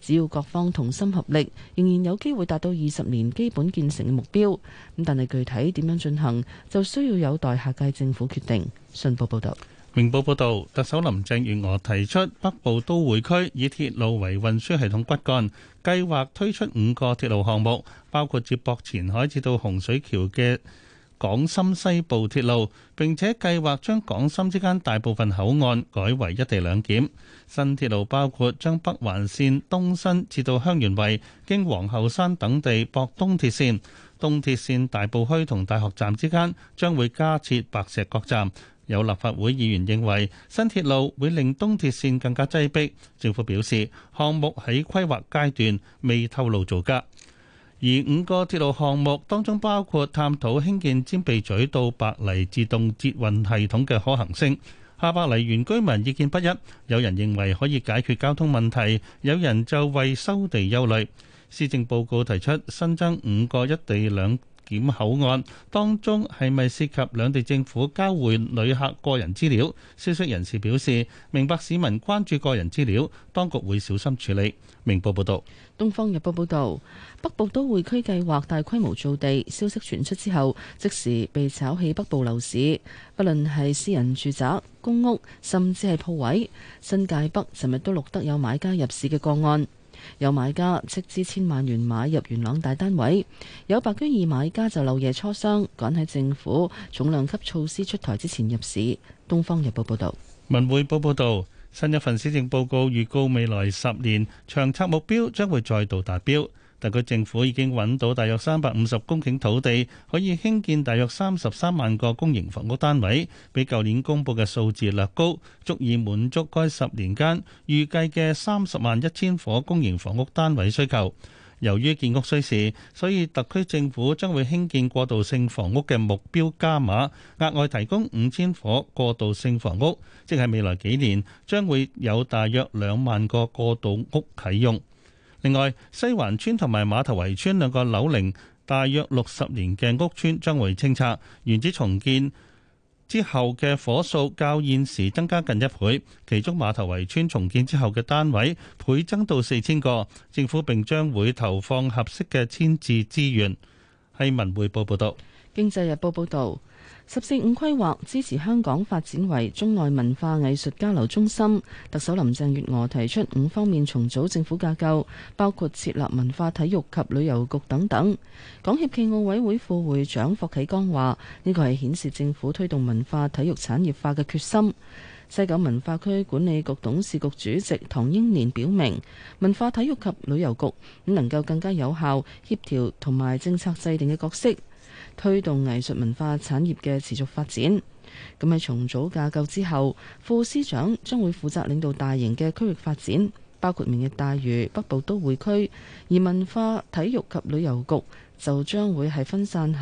只要各方同心合力，仍然有機會達到20年基本建成嘅目標。咁但係具體點樣進行，就需要有待下屆政府決定。信報報道。 明報報導，特首林鄭月娥提出北部都會區以鐵路為運輸系統骨幹，計劃推出5個鐵路項目，包括接駁前海至到洪水橋嘅港深西部鐵路，並且計劃將港深之間大部分口岸改為一地兩檢。新鐵路包括將北環線東伸至到香園圍，經皇后山等地駁東鐵線。東鐵線大埔墟同大學站之間將會加設白石角站。有立法會議員認為新鐵路會令東鐵線更加擠迫，政府表示項目喺規劃階段，未透露造價。而5個鐵路項目當中包括探討興建尖鼻咀到白泥自動捷運系統嘅可行性。下白泥原居民意見不一，有人認為可以解決交通問題，有人就為收地憂慮。施政報告提出新增5個一地兩檢口岸，當中係咪涉及兩地政府交換旅客個人資料？消息人士表示，明白市民關注個人資料，當局會小心處理。明報報道。 東方日報報道，北部都會區計劃大規模造地，消息傳出之後，即時被炒起北部樓市，不論係私人住宅、公屋，甚至係鋪位，新界北尋日都錄得有買家入市嘅個案。有買家斥資千萬元買入元朗大單位，有白居二買家就漏夜磋商，趕喺政府重量級措施出台之前入市。東方日報報道。 文匯報報道，新一份施政報告預告未來10年長策目標將會再度達標。特區政府已經揾到大約350公頃土地，可以興建大約33萬個公營房屋單位，比舊年公佈嘅數字略高，足以滿足該10年間預計嘅30萬1千伙公營房屋單位需求。由於建屋需時，所以特區政府將會興建過渡性房屋嘅目標加碼，額外提供5000伙過渡性房屋，即係未來幾年將會有大約2萬個過渡屋啟用。另外，西環村同埋馬頭圍村兩個樓齡大約60年嘅屋邨將會清拆，原址重建之後嘅伙數較現時增加近1倍，其中馬頭圍村重建之後嘅單位倍增到4000個，政府並將會投放合適嘅遷置資源。係文匯報報道。 經濟日報報導。14.5規劃支持香港發展為中外文化藝術交流中心。特首林鄭月娥提出5方面重組政府架構，包括設立文化體育及旅遊局等等。港協暨奧委會副會長霍啟剛話：呢個係顯示政府推動文化體育產業化嘅決心。西九文化區管理局董事局主席唐英年表明，文化體育及旅遊局能夠更加有效協調同埋政策制定嘅角色，推動藝術文化產業嘅持續發展。咁喺重組架構之後，副司長將會負責領導大型嘅區域發展，包括明日大嶼、北部都會區，而文化體育及旅遊局就將分散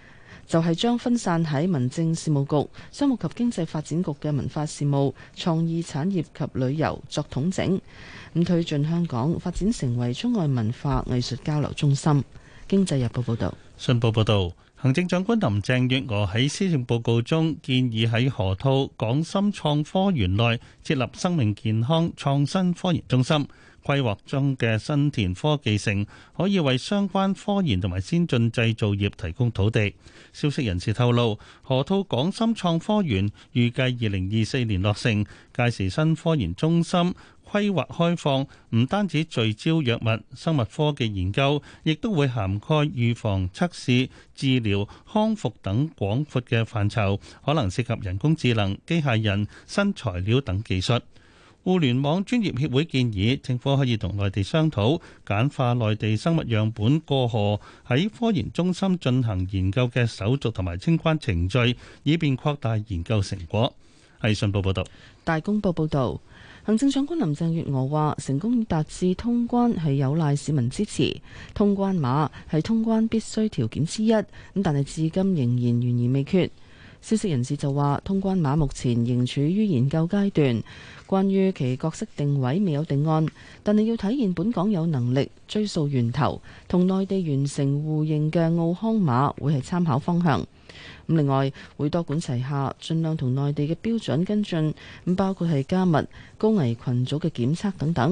喺民政事務局、商務及經濟發展局嘅文化事務、創意產業及旅遊作統整，咁推進香港發展成為中外文化藝術交流中心。經濟日報報道。 信報報導，行政長官林鄭月娥喺施政報告中建議喺河套港深創科園內設立生命健康創新科研中心。規劃中嘅新田科技城可以為相關科研同埋先進製造業提供土地。消息人士透露，河套港深創科園預計2024年落成，屆時新科研中心規劃開放，唔單止聚焦藥物、生物科技研究，亦都會涵蓋預防、測試、治療、康復等廣闊嘅範疇，可能涉及人工智能、機械人、新材料等技術。互聯網專業協會建議政府可以同內地商討，簡化內地生物樣本過河喺科研中心進行研究嘅手續同埋清關程序，以便擴大研究成果。係信報報道。 大公報報導。行政長官林鄭月娥話：成功達至通關係有賴市民支持，通關碼係通關必須條件之一，咁但係至今仍然懸而未決。消息人士就話，通關碼目前仍處於研究階段，關於其角色定位未有定案，但係要體現本港有能力追溯源頭，同內地完成互認嘅澳康碼會係參考方向。咁另外會多管齊下，盡量同內地嘅標準跟進，咁包括係加密高危群組嘅檢測等等。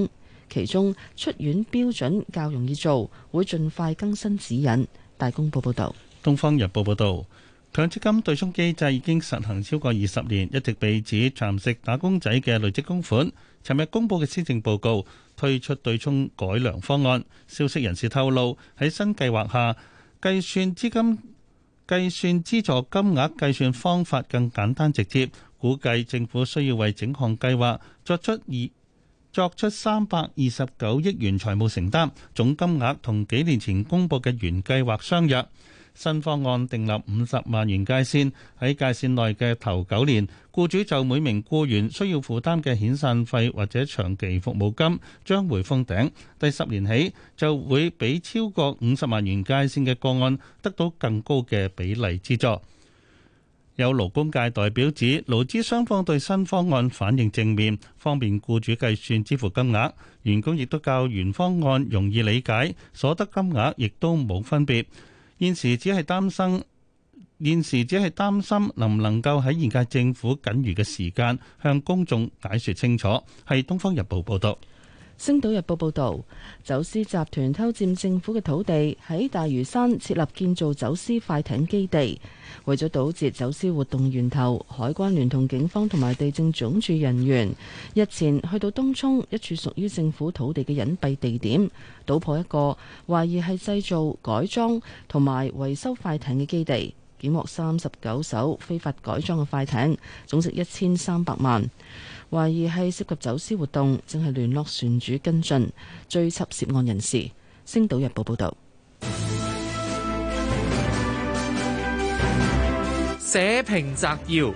其中出院標準較容易做，會盡快更新指引。大公報報導。 《東方日報》報導，強積金對沖機制已經實行超過20年，一直被指蠶食打工仔嘅累積供款。尋日公佈嘅施政報告推出對沖改良方案，消息人士透露喺新計劃下，計算資助金額計算方法更簡單直接，估計政府需要為整項計劃作出329億元財務承擔，總金額同幾年前公佈嘅原計劃相若。新方案訂立50萬元界線，喺界線內嘅頭9年，僱主就每名僱員需要負擔嘅遣散費或者長期服務金將會封頂。第10年起就會比超過50萬元界線嘅個案得到更高嘅比例資助。有勞工界代表指，勞資雙方對新方案反應正面，方便僱主計算支付金額，員工亦都較原方案容易理解，所得金額亦都冇分別。現時只係擔心能唔能夠喺現屆政府僅餘嘅時間向公眾解說清楚。係《東方日報》報道。 《星島日報》報導，走私集團偷佔政府嘅土地，喺大嶼山設立建造走私快艇基地。為咗堵截走私活動源頭，海關聯同警方同埋地政總署人員日前去到東涌一處屬於政府土地嘅隱蔽地點，搗破一個懷疑係製造、改裝同埋維修快艇嘅基地，檢獲39艘非法改裝嘅快艇，總值1300萬。懷疑係涉及走私活動，正係聯絡船主跟進追緝涉案人士。星島日報報道。 社評摘要。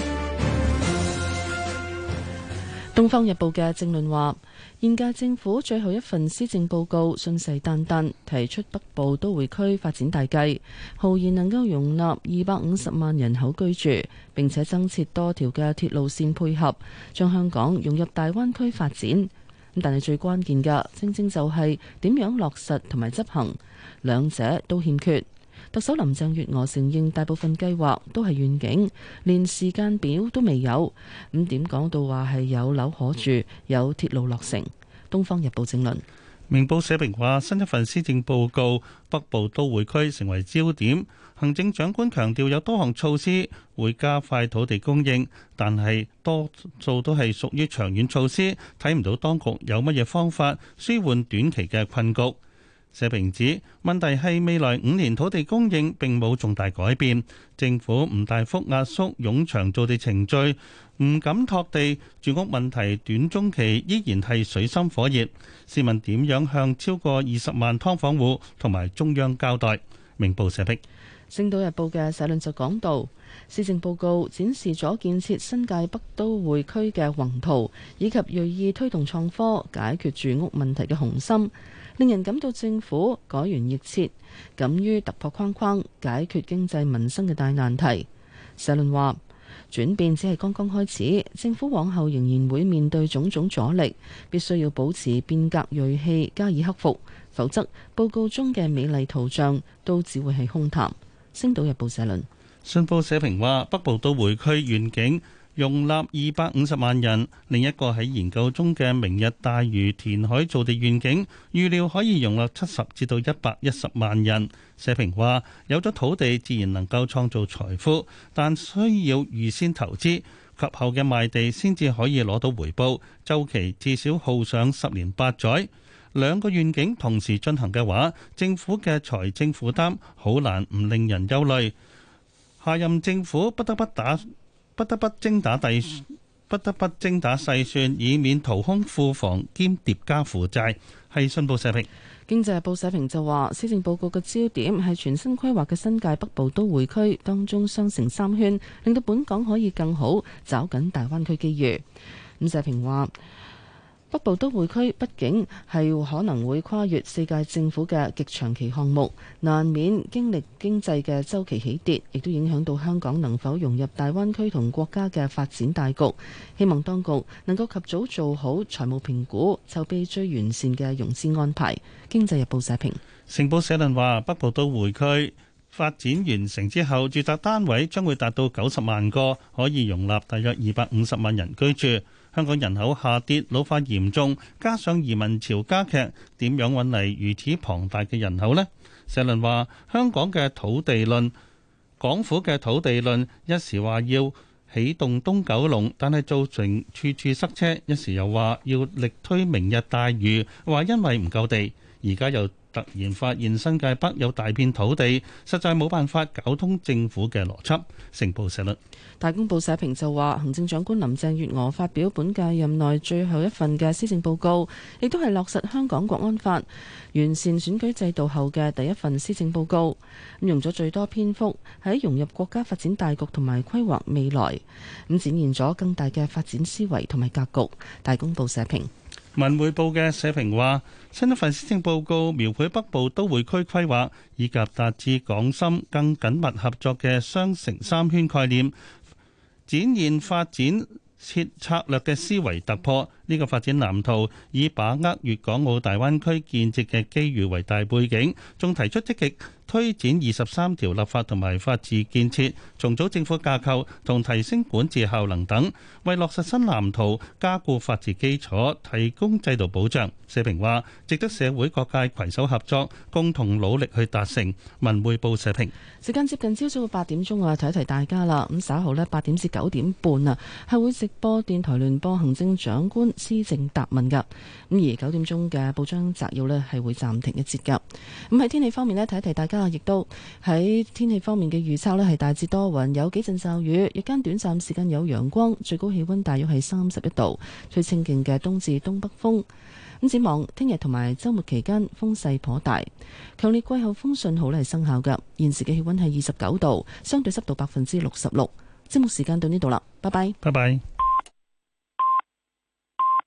東方日報嘅政論話，現屆政府最後一份施政報告信誓旦旦提出北部都會區發展大計，豪言能夠容納250萬人口居住，並且增設多條嘅鐵路線配合，將香港融入大灣區發展。但係最關鍵嘅，正正就係點樣落實同埋執行，兩者都欠缺。特首林鄭月娥承認大部分計劃都係願景，連時間表都未有。咁點講到話係有樓可住，有鐵路落成？東方日報正論。 明報社評話，新一份施政報告北部都會區成為焦點，行政長官強調有多項措施會加快土地供應，但係多數都係屬於長遠措施，睇唔到當局有乜嘢方法舒緩短期嘅困局。社評指問題係未來5年土地供應並冇重大改變，政府唔大幅壓縮冗長造地程序，唔敢拓地，住屋問題短中期依然係水深火熱。試問點樣向超過20萬劏房戶同埋中央交代？明報社評。 星島日報嘅社論就講到，施政報告展示咗建設新界北都會區嘅宏圖，以及銳意推動創科解決住屋問題嘅雄心，令人感到政府改弦易轍，敢於突破框框，解決經濟民生嘅大難題。社論話，轉變只係剛剛開始，政府往後仍然會面對種種阻力，必須要保持變革銳氣加以克服，否則報告中嘅美麗圖像都只會係空談。星島日報社論。 信報社評話，北部都會區願景容納250萬人，另一個喺研究中嘅明日大嶼填海造地願景，預料可以容納70至到110萬人。社評話，有咗土地自然能夠創造財富，但需要預先投資，及後嘅賣地先至可以攞到回報，週期至少耗上10年8載。兩個願景同時進行嘅話，政府嘅財政負擔好難唔令人憂慮。下任政府不得不精打細算，以免掏空庫房兼疊加負債。係信報社評。 經濟日報社評就話，施政報告嘅焦點係全新規劃嘅新界北部都會區，當中雙城3圈，令到本港可以更好抓緊大灣區機遇。咁社評話，北部都會區畢竟係可能會跨越4屆政府嘅極長期項目，難免經歷經濟嘅週期起跌，亦都影響到香港能否融入大灣區同國家嘅發展大局。希望當局能夠及早做好財務評估，籌備最完善嘅融資安排。經濟日報社評。 成報社論話，北部都會區發展完成之後，住宅單位將會達到90萬個，可以容納大約250萬人居住。 香港人口下跌、老化嚴重，加上移民潮加劇，點樣揾嚟如此龐大嘅人口呢？社論話香港嘅土地論，港府嘅土地論，一時話要起動東九龍，但係造成處處塞車；一時又話要力推明日大嶼，話因為唔夠地，而家又突然發現新界北有大片土地，實在冇辦法搞通政府嘅邏輯。成報社論。 大公報社評就話，行政長官林鄭月娥發表本屆任內最後一份嘅施政報告，亦都係落實香港國安法、完善選舉制度後嘅第一份施政報告。咁用咗最多篇幅喺融入國家發展大局同埋規劃未來，咁展現咗更大嘅發展思維同埋格局。大公報社評。 文匯報嘅社評話，新一份施政報告描繪北部都會區規劃，以及達至港深更緊密合作嘅雙城三圈概念，展現發展策略嘅思維突破。呢個發展藍圖以把握粵港澳大灣區建設嘅機遇為大背景，仲提出積極推展23條立法同埋法治建設，重組政府架構同提升管治效能等，為落實新藍圖加固法治基礎，提供制度保障。社評話，值得社會各界攜手合作，共同努力去達成。文匯報社評。 時間接近朝早嘅8點鐘啊，提一提大家啦。咁稍後呢，8點至9點半啊，係會直播電台聯播行政長官施政答問㗎。咁而9點鐘嘅報章摘要呢，係會暫停一節㗎。咁喺天氣方面呢，提一提大家，亦都喺天氣方面嘅預測呢，係大致多雲，有幾陣驟雨，日間短暫時間有陽光，最高氣溫大約係31度，吹清勁嘅東至東北風。咁展望聽日同埋週末期間風勢頗大，強烈季候風信號咧係生效㗎。現時嘅氣溫係29度，相對濕度66%。節目時間到呢度啦，拜拜。 拜拜。